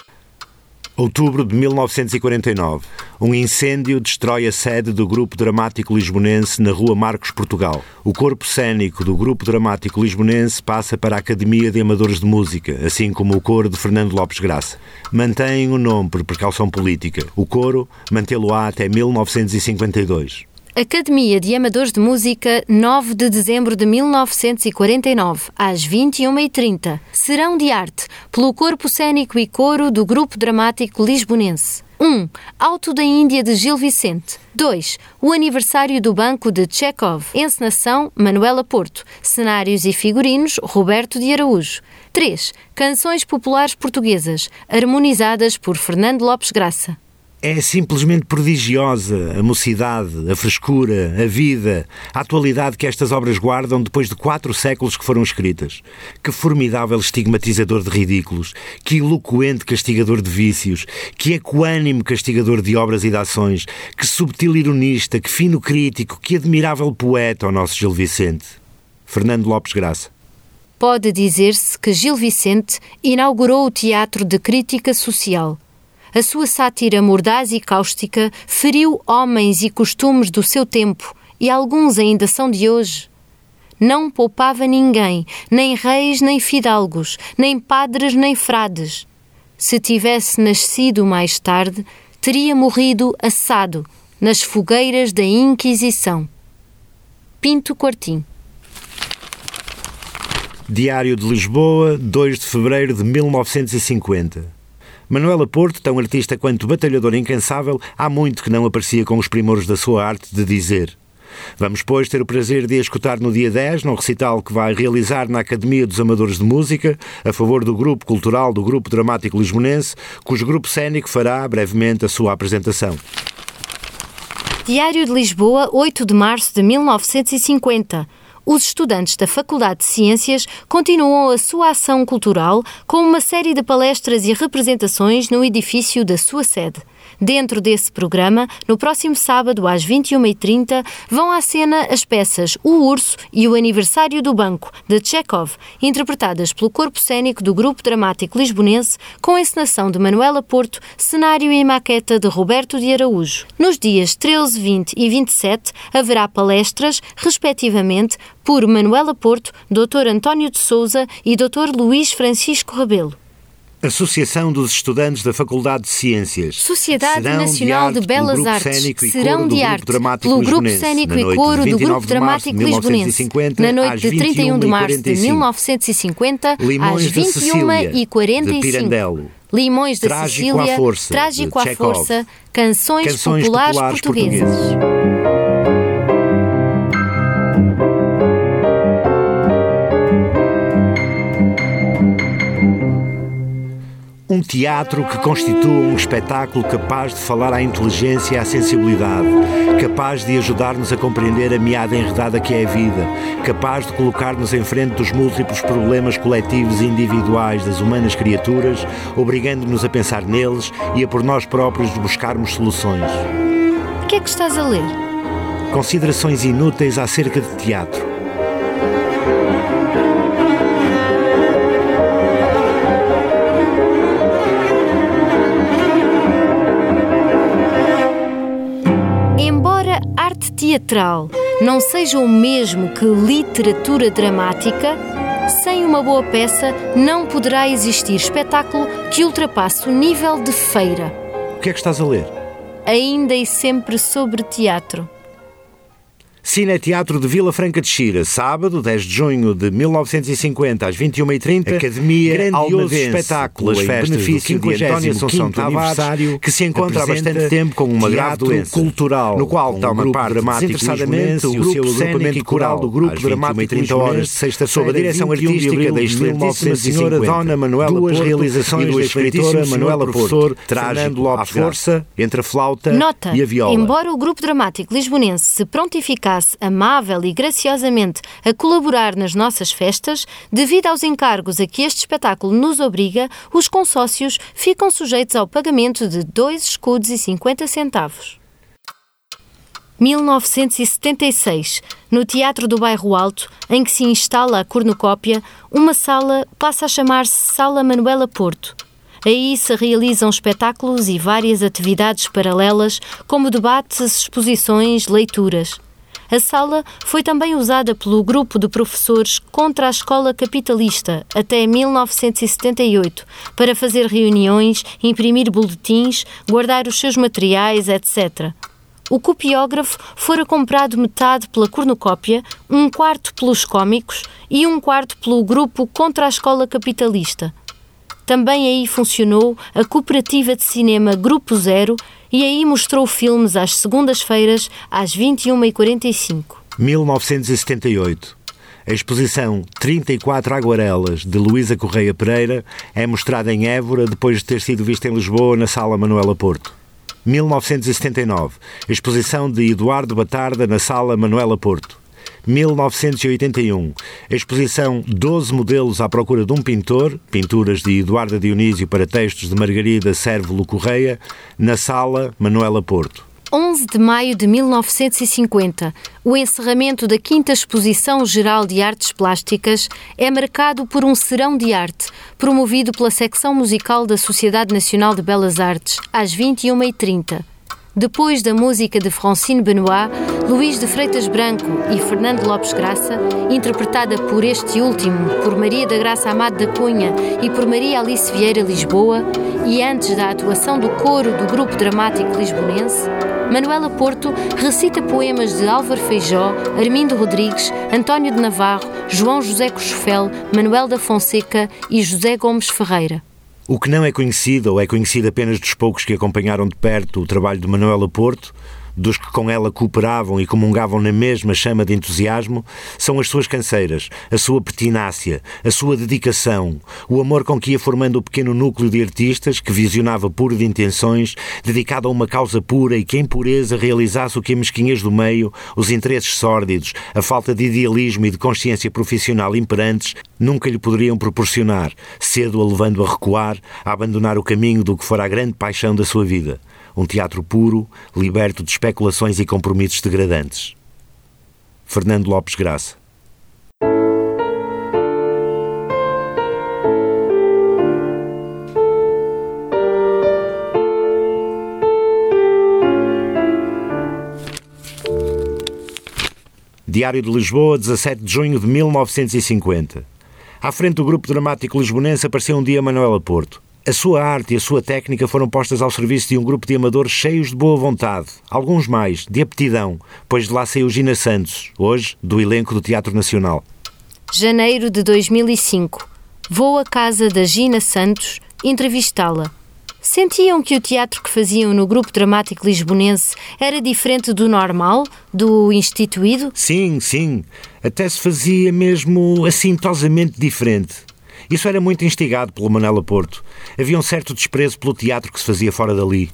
Outubro de 1949. Um incêndio destrói a sede do Grupo Dramático Lisbonense na Rua Marcos, Portugal. O corpo cênico do Grupo Dramático Lisbonense passa para a Academia de Amadores de Música, assim como o coro de Fernando Lopes Graça. Mantém o nome por precaução política. O coro mantê-lo-á até 1952. Academia de Amadores de Música, 9 de dezembro de 1949, às 21h30. Serão de arte, pelo Corpo Cênico e Coro do Grupo Dramático Lisbonense. 1. Auto da Índia de Gil Vicente. 2. O aniversário do Banco de Chekhov. Encenação, Manuela Porto. Cenários e figurinos, Roberto de Araújo. 3. Canções populares portuguesas, harmonizadas por Fernando Lopes Graça. É simplesmente prodigiosa a mocidade, a frescura, a vida, a atualidade que estas obras guardam depois de 4 séculos que foram escritas. Que formidável estigmatizador de ridículos, que eloquente castigador de vícios, que equânime castigador de obras e de ações, que subtil ironista, que fino crítico, que admirável poeta o nosso Gil Vicente. Fernando Lopes Graça. Pode dizer-se que Gil Vicente inaugurou o teatro de crítica social. A sua sátira mordaz e cáustica feriu homens e costumes do seu tempo, e alguns ainda são de hoje. Não poupava ninguém, nem reis nem fidalgos, nem padres nem frades. Se tivesse nascido mais tarde, teria morrido assado nas fogueiras da Inquisição. Pinto Quartim. Diário de Lisboa, 2 de fevereiro de 1950. Manuela Porto, tão artista quanto batalhadora incansável, há muito que não aparecia com os primores da sua arte de dizer. Vamos, pois, ter o prazer de a escutar no dia 10, num recital que vai realizar na Academia dos Amadores de Música, a favor do Grupo Cultural do Grupo Dramático Lisbonense, cujo grupo cênico fará brevemente a sua apresentação. Diário de Lisboa, 8 de março de 1950. Os estudantes da Faculdade de Ciências continuam a sua ação cultural com uma série de palestras e representações no edifício da sua sede. Dentro desse programa, no próximo sábado às 21h30, vão à cena as peças O Urso e O Aniversário do Banco, de Chekhov, interpretadas pelo Corpo Cênico do Grupo Dramático Lisbonense, com encenação de Manuela Porto, cenário e maqueta de Roberto de Araújo. Nos dias 13, 20 e 27 haverá palestras, respectivamente, por Manuela Porto, Dr. António de Sousa e Dr. Luís Francisco Rebelo. Associação dos Estudantes da Faculdade de Ciências. Sociedade Nacional de Belas Artes. Serão de arte pelo Grupo Cênico e Coro do Grupo Dramático Lisbonense. Na noite de 31 de março de 1950, às 21h45. Limões da Sicília, Trágico à Força, Canções Populares Portuguesas. Um teatro que constitua um espetáculo capaz de falar à inteligência e à sensibilidade, capaz de ajudar-nos a compreender a meada enredada que é a vida, capaz de colocar-nos em frente dos múltiplos problemas coletivos e individuais das humanas criaturas, obrigando-nos a pensar neles e a por nós próprios buscarmos soluções. O que é que estás a ler? Considerações inúteis acerca de teatro. Teatral não seja o mesmo que literatura dramática, sem uma boa peça não poderá existir espetáculo que ultrapasse o nível de feira. O que é que estás a ler? Ainda e sempre sobre teatro. Cineteatro de Vila Franca de Xira, sábado, 10 de junho de 1950, às 21h30, Academia grandioso espetáculo em benefício de António Assunção Tavares, que se encontra há bastante tempo com uma grave doença cultural, no qual toma parte desinteressadamente o seu agrupamento coral do Grupo Dramático Lisbonense, de sexta-feira, sob a direção artística da excelentíssima senhora Dona Manuela Porto, duas realizações da escritora Manuela Porto, Trágico à Força, entre a flauta e a viola. Embora o Grupo Dramático Lisbonense se prontificasse amável e graciosamente a colaborar nas nossas festas, devido aos encargos a que este espetáculo nos obriga, os consócios ficam sujeitos ao pagamento de 2,50 escudos. 1976, no Teatro do Bairro Alto, em que se instala a cornucópia, uma sala passa a chamar-se Sala Manuela Porto. Aí se realizam espetáculos e várias atividades paralelas, como debates, exposições, leituras. A sala foi também usada pelo grupo de professores contra a escola capitalista até 1978 para fazer reuniões, imprimir boletins, guardar os seus materiais, etc. O copiógrafo fora comprado metade pela cornucópia, um quarto pelos cómicos e um quarto pelo grupo contra a escola capitalista. Também aí funcionou a cooperativa de cinema Grupo Zero e aí mostrou filmes às segundas-feiras às 21h45. 1978. A exposição 34 Aguarelas, de Luísa Correia Pereira, é mostrada em Évora depois de ter sido vista em Lisboa na Sala Manuela Porto. 1979. A exposição de Eduardo Batarda na Sala Manuela Porto. 1981. A exposição 12 modelos à procura de um pintor, pinturas de Eduardo Dionísio para textos de Margarida Cérvulo Correia, na Sala Manuela Porto. 11 de maio de 1950, o encerramento da 5ª Exposição Geral de Artes Plásticas é marcado por um serão de arte, promovido pela secção musical da Sociedade Nacional de Belas Artes, às 21h30. Depois da música de Francine Benoit, Luís de Freitas Branco e Fernando Lopes Graça, interpretada por este último, por Maria da Graça Amado da Cunha e por Maria Alice Vieira Lisboa, e antes da atuação do coro do Grupo Dramático Lisbonense, Manuela Porto recita poemas de Álvaro Feijó, Armindo Rodrigues, António de Navarro, João José Cochofel, Manuel da Fonseca e José Gomes Ferreira. O que não é conhecido, ou é conhecido apenas dos poucos que acompanharam de perto o trabalho de Manuela Porto, dos que com ela cooperavam e comungavam na mesma chama de entusiasmo, são as suas canseiras, a sua pertinácia, a sua dedicação, o amor com que ia formando o pequeno núcleo de artistas que visionava puro de intenções, dedicado a uma causa pura e que em pureza realizasse o que a mesquinhez do meio, os interesses sórdidos, a falta de idealismo e de consciência profissional imperantes nunca lhe poderiam proporcionar, cedo a levando a recuar, a abandonar o caminho do que fora a grande paixão da sua vida. Um teatro puro, liberto de especulações e compromissos degradantes. Fernando Lopes Graça. Diário de Lisboa, 17 de junho de 1950. À frente do Grupo Dramático Lisbonense apareceu um dia Manuela Porto. A sua arte e a sua técnica foram postas ao serviço de um grupo de amadores cheios de boa vontade, alguns mais, de aptidão, pois de lá saiu Gina Santos, hoje do elenco do Teatro Nacional. Janeiro de 2005. Vou à casa da Gina Santos entrevistá-la. Sentiam que o teatro que faziam no Grupo Dramático Lisbonense era diferente do normal, do instituído? Sim. Até se fazia mesmo assintosamente diferente. Isso era muito instigado pelo Manuela Porto. Havia um certo desprezo pelo teatro que se fazia fora dali.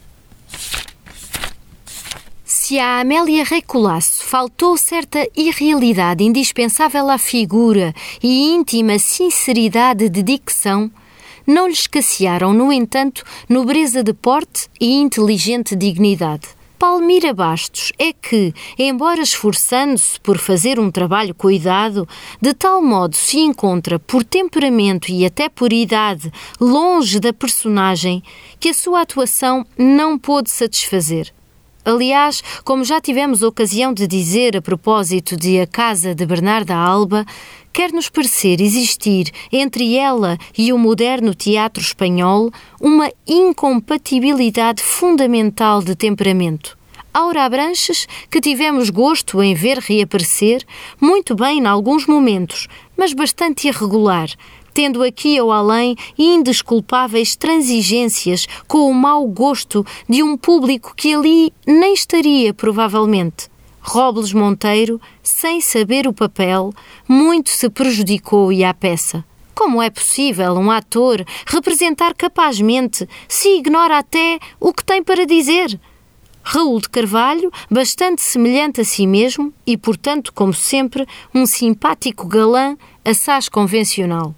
Se a Amélia Rei Colasso faltou certa irrealidade indispensável à figura e íntima sinceridade de dicção, não lhe escassearam, no entanto, nobreza de porte e inteligente dignidade. Palmira Bastos é que, embora esforçando-se por fazer um trabalho cuidado, de tal modo se encontra, por temperamento e até por idade, longe da personagem, que a sua atuação não pôde satisfazer. Aliás, como já tivemos ocasião de dizer a propósito de A Casa de Bernarda Alba, quer-nos parecer existir entre ela e o moderno teatro espanhol uma incompatibilidade fundamental de temperamento. Aura Abranches, que tivemos gosto em ver reaparecer, muito bem em alguns momentos, mas bastante irregular, tendo aqui ou além indesculpáveis transigências com o mau gosto de um público que ali nem estaria, provavelmente. Robles Monteiro, sem saber o papel, muito se prejudicou e à peça. Como é possível um ator representar capazmente se ignora até o que tem para dizer? Raul de Carvalho, bastante semelhante a si mesmo e, portanto, como sempre, um simpático galã assaz convencional.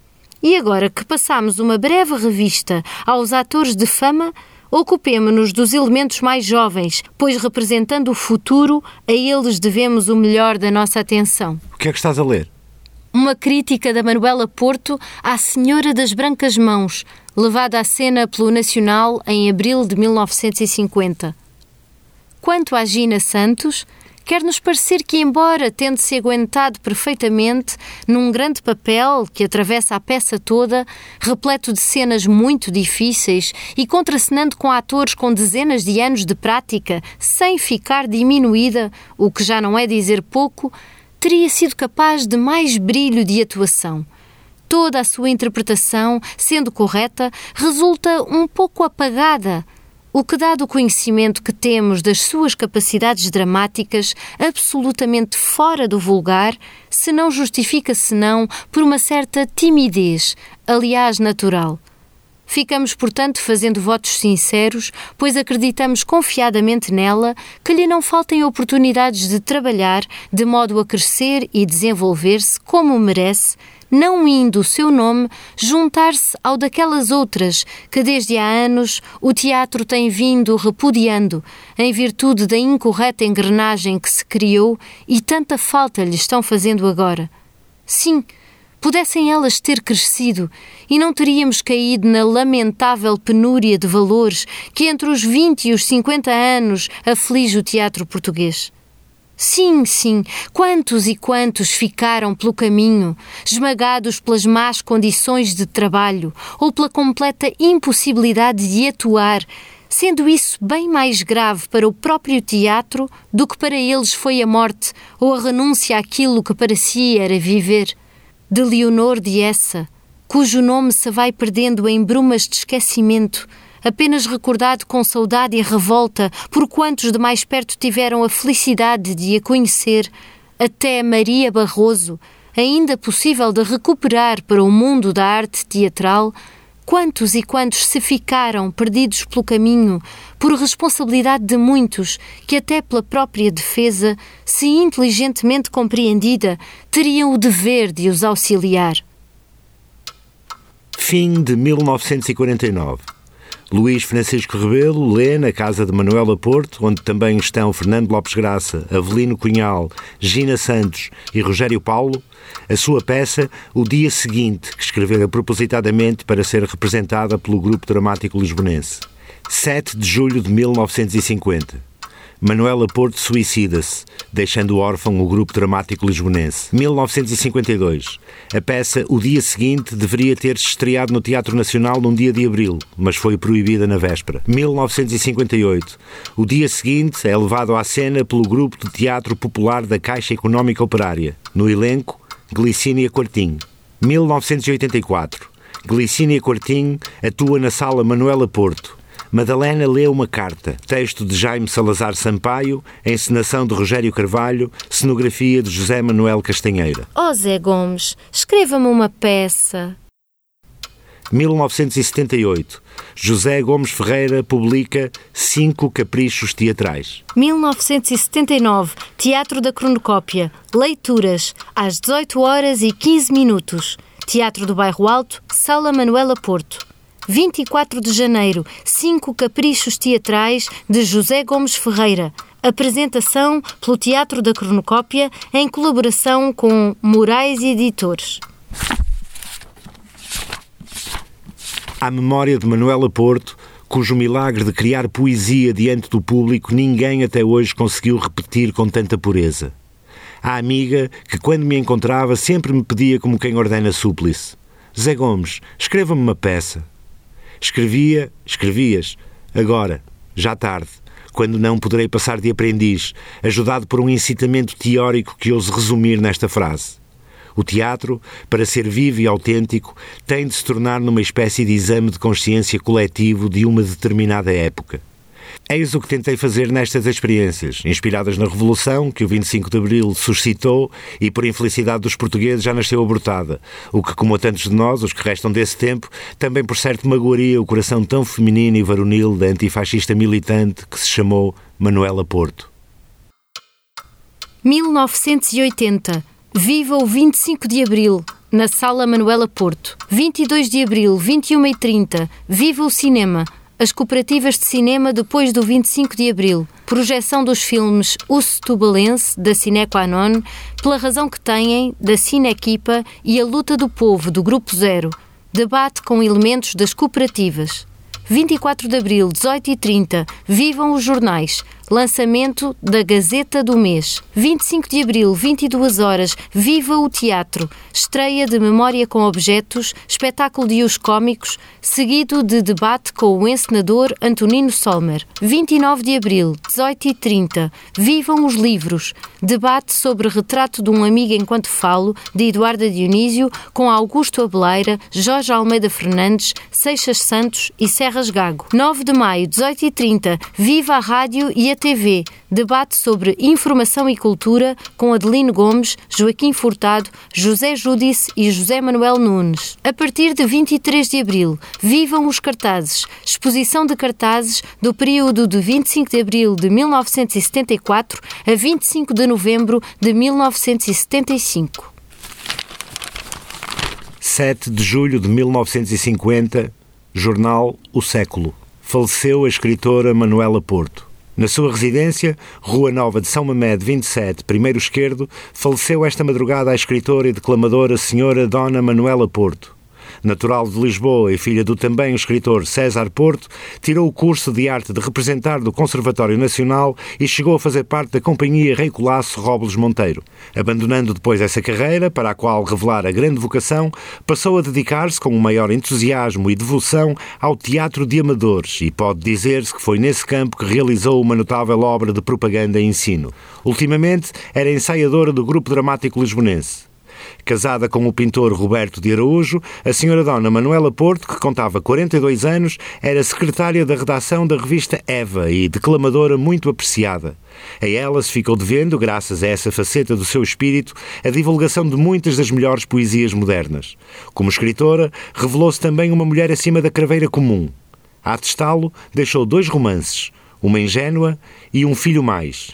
E agora que passamos uma breve revista aos atores de fama, ocupemo-nos dos elementos mais jovens, pois representando o futuro, a eles devemos o melhor da nossa atenção. O que é que estás a ler? Uma crítica da Manuela Porto à Senhora das Brancas Mãos, levada à cena pelo Nacional em abril de 1950. Quanto à Gina Santos, quer-nos parecer que, embora tendo-se aguentado perfeitamente num grande papel que atravessa a peça toda, repleto de cenas muito difíceis e contracenando com atores com dezenas de anos de prática, sem ficar diminuída, o que já não é dizer pouco, teria sido capaz de mais brilho de atuação. Toda a sua interpretação, sendo correta, resulta um pouco apagada, o que, dado o conhecimento que temos das suas capacidades dramáticas absolutamente fora do vulgar, se não justifica senão por uma certa timidez, aliás natural. Ficamos, portanto, fazendo votos sinceros, pois acreditamos confiadamente nela que lhe não faltem oportunidades de trabalhar de modo a crescer e desenvolver-se como merece, não indo o seu nome juntar-se ao daquelas outras que desde há anos o teatro tem vindo repudiando, em virtude da incorreta engrenagem que se criou e tanta falta lhe estão fazendo agora. Sim, pudessem elas ter crescido e não teríamos caído na lamentável penúria de valores que entre os 20 e os 50 anos aflige o teatro português. Sim, quantos e quantos ficaram pelo caminho, esmagados pelas más condições de trabalho ou pela completa impossibilidade de atuar, sendo isso bem mais grave para o próprio teatro do que para eles foi a morte ou a renúncia àquilo que para si era viver. De Leonor de Essa, cujo nome se vai perdendo em brumas de esquecimento, apenas recordado com saudade e revolta por quantos de mais perto tiveram a felicidade de a conhecer, até Maria Barroso, ainda possível de recuperar para o mundo da arte teatral, quantos e quantos se ficaram perdidos pelo caminho por responsabilidade de muitos que até pela própria defesa, se inteligentemente compreendida, teriam o dever de os auxiliar. Fim de 1949. Luís Francisco Rebelo lê na casa de Manuela Porto, onde também estão Fernando Lopes Graça, Avelino Cunhal, Gina Santos e Rogério Paulo, a sua peça O Dia Seguinte, que escrevera propositadamente para ser representada pelo Grupo Dramático Lisbonense. 7 de julho de 1950. Manuela Porto suicida-se, deixando órfão o grupo dramático lisbonense. 1952. A peça O Dia Seguinte deveria ter-se estreado no Teatro Nacional num dia de abril, mas foi proibida na véspera. 1958. O Dia Seguinte é levado à cena pelo Grupo de Teatro Popular da Caixa Económica Operária. No elenco, Glicínia Quartim. 1984. Glicínia Quartim atua na Sala Manuela Porto. Madalena lê uma carta, texto de Jaime Salazar Sampaio, encenação de Rogério Carvalho, cenografia de José Manuel Castanheira. Zé Gomes, escreva-me uma peça. 1978. José Gomes Ferreira publica 5 caprichos teatrais. 1979. Teatro da Cronocópia. Leituras, às 18h15. Teatro do Bairro Alto, Sala Manuela Porto. 24 de janeiro, 5 caprichos teatrais de José Gomes Ferreira. Apresentação pelo Teatro da Cronocópia em colaboração com Moraes Editores. À memória de Manuela Porto, cujo milagre de criar poesia diante do público ninguém até hoje conseguiu repetir com tanta pureza. A amiga que, quando me encontrava, sempre me pedia como quem ordena súplice: Zé Gomes, escreva-me uma peça. Escrevias. Agora, já tarde, quando não poderei passar de aprendiz, ajudado por um incitamento teórico que ouso resumir nesta frase. O teatro, para ser vivo e autêntico, tem de se tornar numa espécie de exame de consciência coletivo de uma determinada época. Eis o que tentei fazer nestas experiências, inspiradas na Revolução, que o 25 de Abril suscitou e, por infelicidade dos portugueses, já nasceu abortada, o que, como a tantos de nós, os que restam desse tempo, também por certo magoaria o coração tão feminino e varonil da antifascista militante que se chamou Manuela Porto. 1980. Viva o 25 de Abril, na Sala Manuela Porto. 22 de Abril, 21h30. Viva o cinema. As cooperativas de cinema depois do 25 de Abril. Projeção dos filmes O Setubalense, da Cinequanon, Pela Razão que Têm, da Cinequipa e A Luta do Povo, do Grupo Zero. Debate com elementos das cooperativas. 24 de Abril, 18h30. Vivam os jornais. Lançamento da Gazeta do Mês. 25 de Abril, 22h. Viva o teatro. Estreia de Memória com Objetos, espetáculo de Os Cómicos, seguido de debate com o encenador Antonino Solmer. 29 de Abril, 18h30. Vivam os livros. Debate sobre Retrato de um Amigo Enquanto Falo, de Eduarda Dionísio, com Augusto Abeleira, Jorge Almeida Fernandes, Seixas Santos e Serras Gago. 9 de maio, 18h30. Viva a Rádio e a TV. Debate sobre Informação e Cultura com Adelino Gomes, Joaquim Furtado, José Júdice e José Manuel Nunes. A partir de 23 de Abril, vivam os cartazes. Exposição de cartazes do período de 25 de Abril de 1974 a 25 de Novembro de 1975. 7 de julho de 1950, jornal O Século. Faleceu a escritora Manuela Porto. Na sua residência, Rua Nova de São Mamede 27, primeiro esquerdo, faleceu esta madrugada a escritora e declamadora Sra. Dona Manuela Porto. Natural de Lisboa e filha do também escritor César Porto, tirou o curso de arte de representar do Conservatório Nacional e chegou a fazer parte da Companhia Rei Colasso Robles Monteiro. Abandonando depois essa carreira, para a qual revelara grande vocação, passou a dedicar-se com o maior entusiasmo e devoção ao teatro de amadores e pode dizer-se que foi nesse campo que realizou uma notável obra de propaganda e ensino. Ultimamente, era ensaiadora do Grupo Dramático Lisbonense. Casada com o pintor Roberto de Araújo, a Sra. Dona Manuela Porto, que contava 42 anos, era secretária da redação da revista Eva e declamadora muito apreciada. A ela se ficou devendo, graças a essa faceta do seu espírito, a divulgação de muitas das melhores poesias modernas. Como escritora, revelou-se também uma mulher acima da craveira comum. A atestá-lo, deixou 2 romances, Uma Ingênua e Um Filho Mais.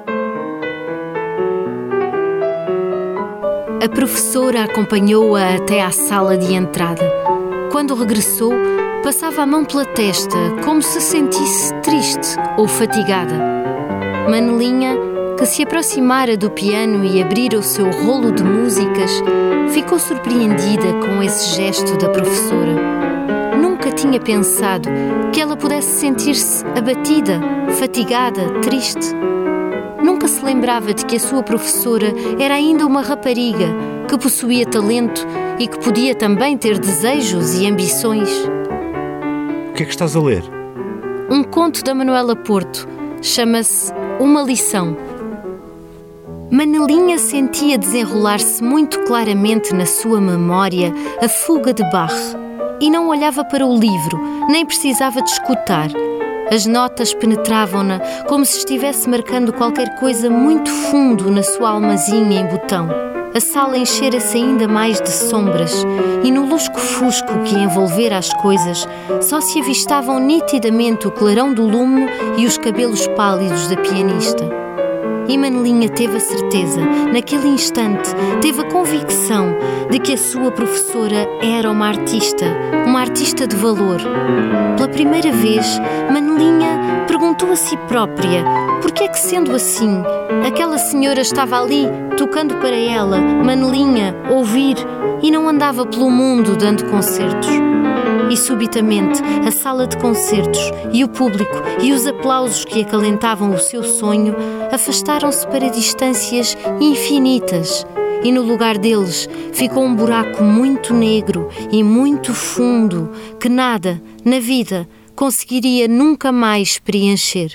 A professora acompanhou-a até à sala de entrada. Quando regressou, passava a mão pela testa, como se sentisse triste ou fatigada. Manelinha, que se aproximara do piano e abrira o seu rolo de músicas, ficou surpreendida com esse gesto da professora. Nunca tinha pensado que ela pudesse sentir-se abatida, fatigada, triste. nunca se lembrava de que a sua professora era ainda uma rapariga que possuía talento e que podia também ter desejos e ambições. O que é que estás a ler? Um conto da Manuela Porto. Chama-se Uma Lição. Manelinha sentia desenrolar-se muito claramente na sua memória a fuga de Bach e não olhava para o livro, nem precisava de escutar. As notas penetravam-na como se estivesse marcando qualquer coisa muito fundo na sua almazinha em botão. A sala enchera-se ainda mais de sombras e no lusco-fusco que envolvera as coisas só se avistavam nitidamente o clarão do lume e os cabelos pálidos da pianista. E Manelinha teve a certeza, naquele instante, teve a convicção de que a sua professora era uma artista de valor. Pela primeira vez, Manelinha perguntou a si própria por que é que, sendo assim, aquela senhora estava ali, tocando para ela, Manelinha, ouvir, e não andava pelo mundo dando concertos. E subitamente a sala de concertos e o público e os aplausos que acalentavam o seu sonho afastaram-se para distâncias infinitas e no lugar deles ficou um buraco muito negro e muito fundo que nada, na vida, conseguiria nunca mais preencher.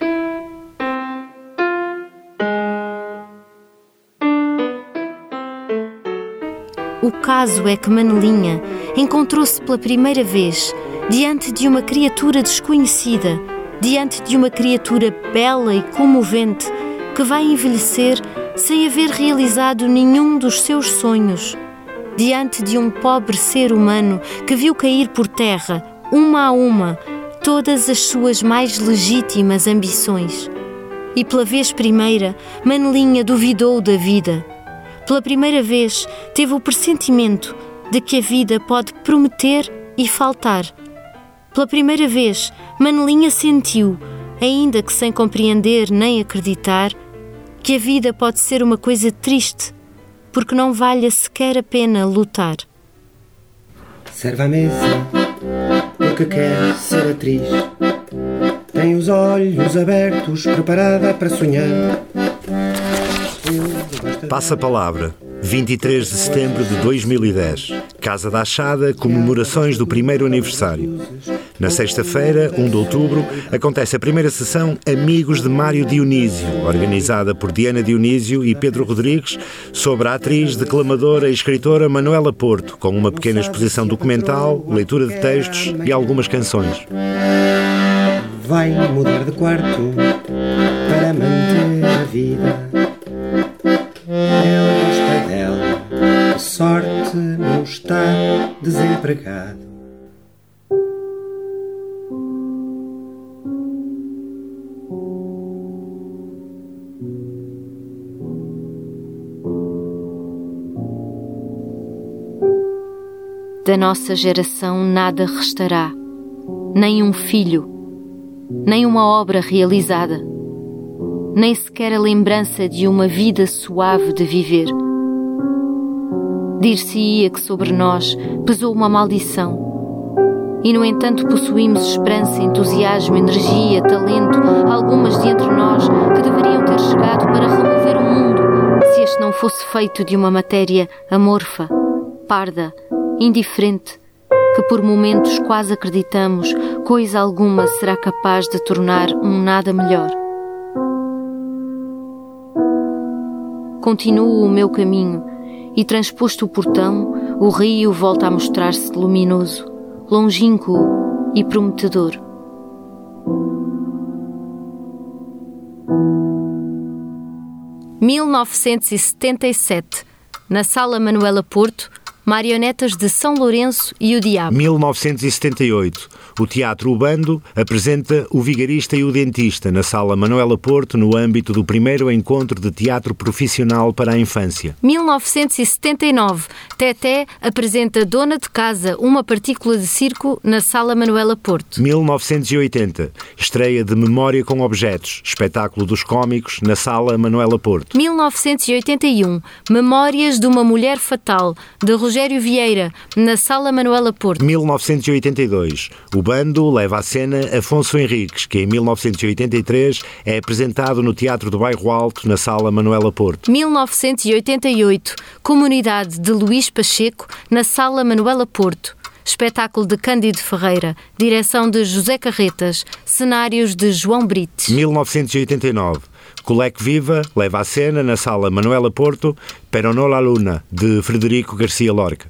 O caso é que Manelinha encontrou-se pela primeira vez diante de uma criatura desconhecida, diante de uma criatura bela e comovente que vai envelhecer sem haver realizado nenhum dos seus sonhos, diante de um pobre ser humano que viu cair por terra, uma a uma, todas as suas mais legítimas ambições. E pela vez primeira, Manelinha duvidou da vida. Pela primeira vez, teve o pressentimento de que a vida pode prometer e faltar. Pela primeira vez, Manelinha sentiu, ainda que sem compreender nem acreditar, que a vida pode ser uma coisa triste, porque não valha sequer a pena lutar. Serve à mesa, porque quer ser atriz. Tem os olhos abertos, preparada para sonhar. Passa a palavra. 23 de setembro de 2010. Casa da Achada, comemorações do primeiro aniversário. Na sexta-feira, 1 de outubro, acontece a primeira sessão Amigos de Mário Dionísio, organizada por Diana Dionísio e Pedro Rodrigues, sobre a atriz, declamadora e escritora Manuela Porto, com uma pequena exposição documental, leitura de textos e algumas canções. Vai mudar de quarto para manter a vida. Ela gosta dela, a sorte não está desempregado. Da nossa geração nada restará, nem um filho, nem uma obra realizada, nem sequer a lembrança de uma vida suave de viver. Dir-se-ia que sobre nós pesou uma maldição, e no entanto possuímos esperança, entusiasmo, energia, talento, algumas de entre nós que deveriam ter chegado para remover o mundo, se este não fosse feito de uma matéria amorfa, parda, indiferente, que por momentos quase acreditamos coisa alguma será capaz de tornar um nada melhor. Continuo o meu caminho e, transposto o portão, o rio volta a mostrar-se luminoso, longínquo e prometedor. (1977) Na Sala Manuela Porto, Marionetas de São Lourenço e o Diabo. 1978. O Teatro Ubando apresenta O Vigarista e o Dentista na Sala Manuela Porto no âmbito do primeiro encontro de teatro profissional para a infância. 1979. Teté apresenta Dona de Casa, uma partícula de circo na Sala Manuela Porto. 1980. Estreia de Memória com Objetos, espetáculo dos cómicos na Sala Manuela Porto. 1981. Memórias de uma Mulher Fatal, de Rogério Vieira, na Sala Manuela Porto. 1982. O bando leva à cena Afonso Henriques, que em 1983 é apresentado no Teatro do Bairro Alto, na Sala Manuela Porto. 1988, Comunidade de Luís Pacheco, na Sala Manuela Porto. Espetáculo de Cândido Ferreira, direção de José Carretas, cenários de João Brites. 1989, Colec Viva leva à cena na Sala Manuela Porto Pero no la Luna, de Frederico Garcia Lorca.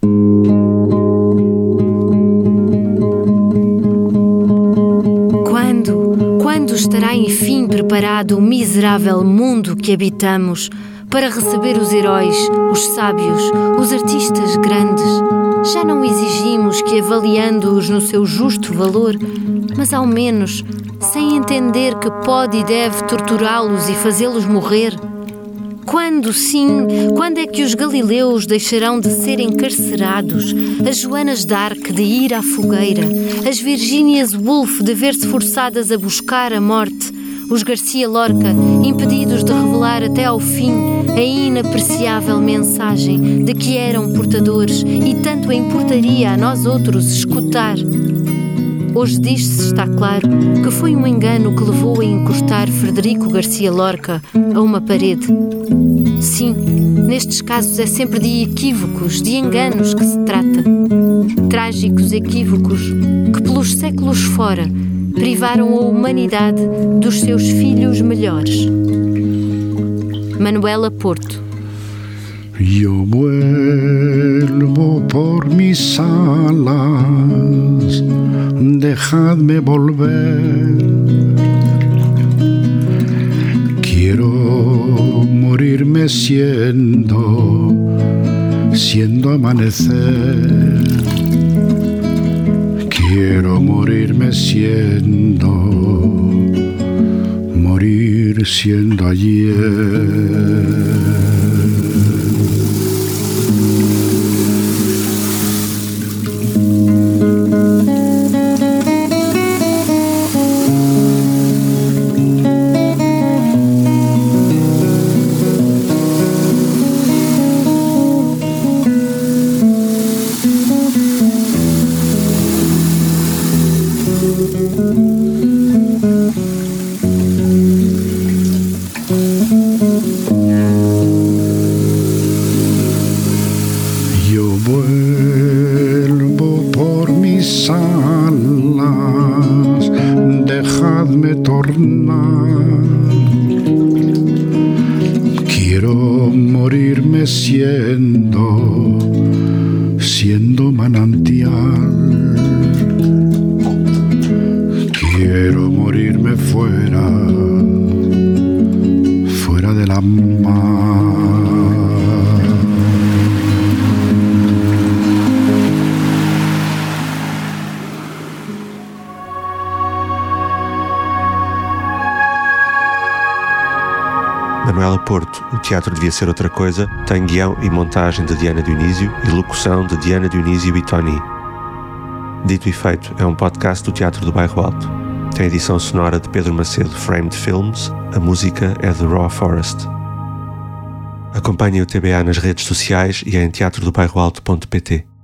Quando estará enfim preparado o miserável mundo que habitamos para receber os heróis, os sábios, os artistas grandes? Já não exigimos que, avaliando-os no seu justo valor, mas ao menos sem entender que pode e deve torturá-los e fazê-los morrer? Quando, sim, quando é que os galileus deixarão de ser encarcerados, as Joanas d'Arc de ir à fogueira, as Virginias Woolf de ver-se forçadas a buscar a morte, os Garcia Lorca impedidos de revelar até ao fim a inapreciável mensagem de que eram portadores e tanto importaria a nós outros escutar? Hoje diz-se, está claro, que foi um engano que levou a encostar Frederico Garcia Lorca a uma parede. Sim, nestes casos é sempre de equívocos, de enganos que se trata. Trágicos equívocos que pelos séculos fora privaram a humanidade dos seus filhos melhores. Manuela Porto. Yo vuelvo por mis alas, dejadme volver. Quiero morirme siendo amanecer. Quiero morirme morir siendo ayer. Siendo manantial, quiero morirme fuera de la mar. Manuela Porto, O Teatro Devia Ser Outra Coisa, tem guião e montagem de Diana Dionísio e locução de Diana Dionísio e Tony. Dito e Feito é um podcast do Teatro do Bairro Alto. Tem edição sonora de Pedro Macedo, Framed Films. A música é de Raw Forest. Acompanhe o TBA nas redes sociais e em teatrodobairroalto.pt.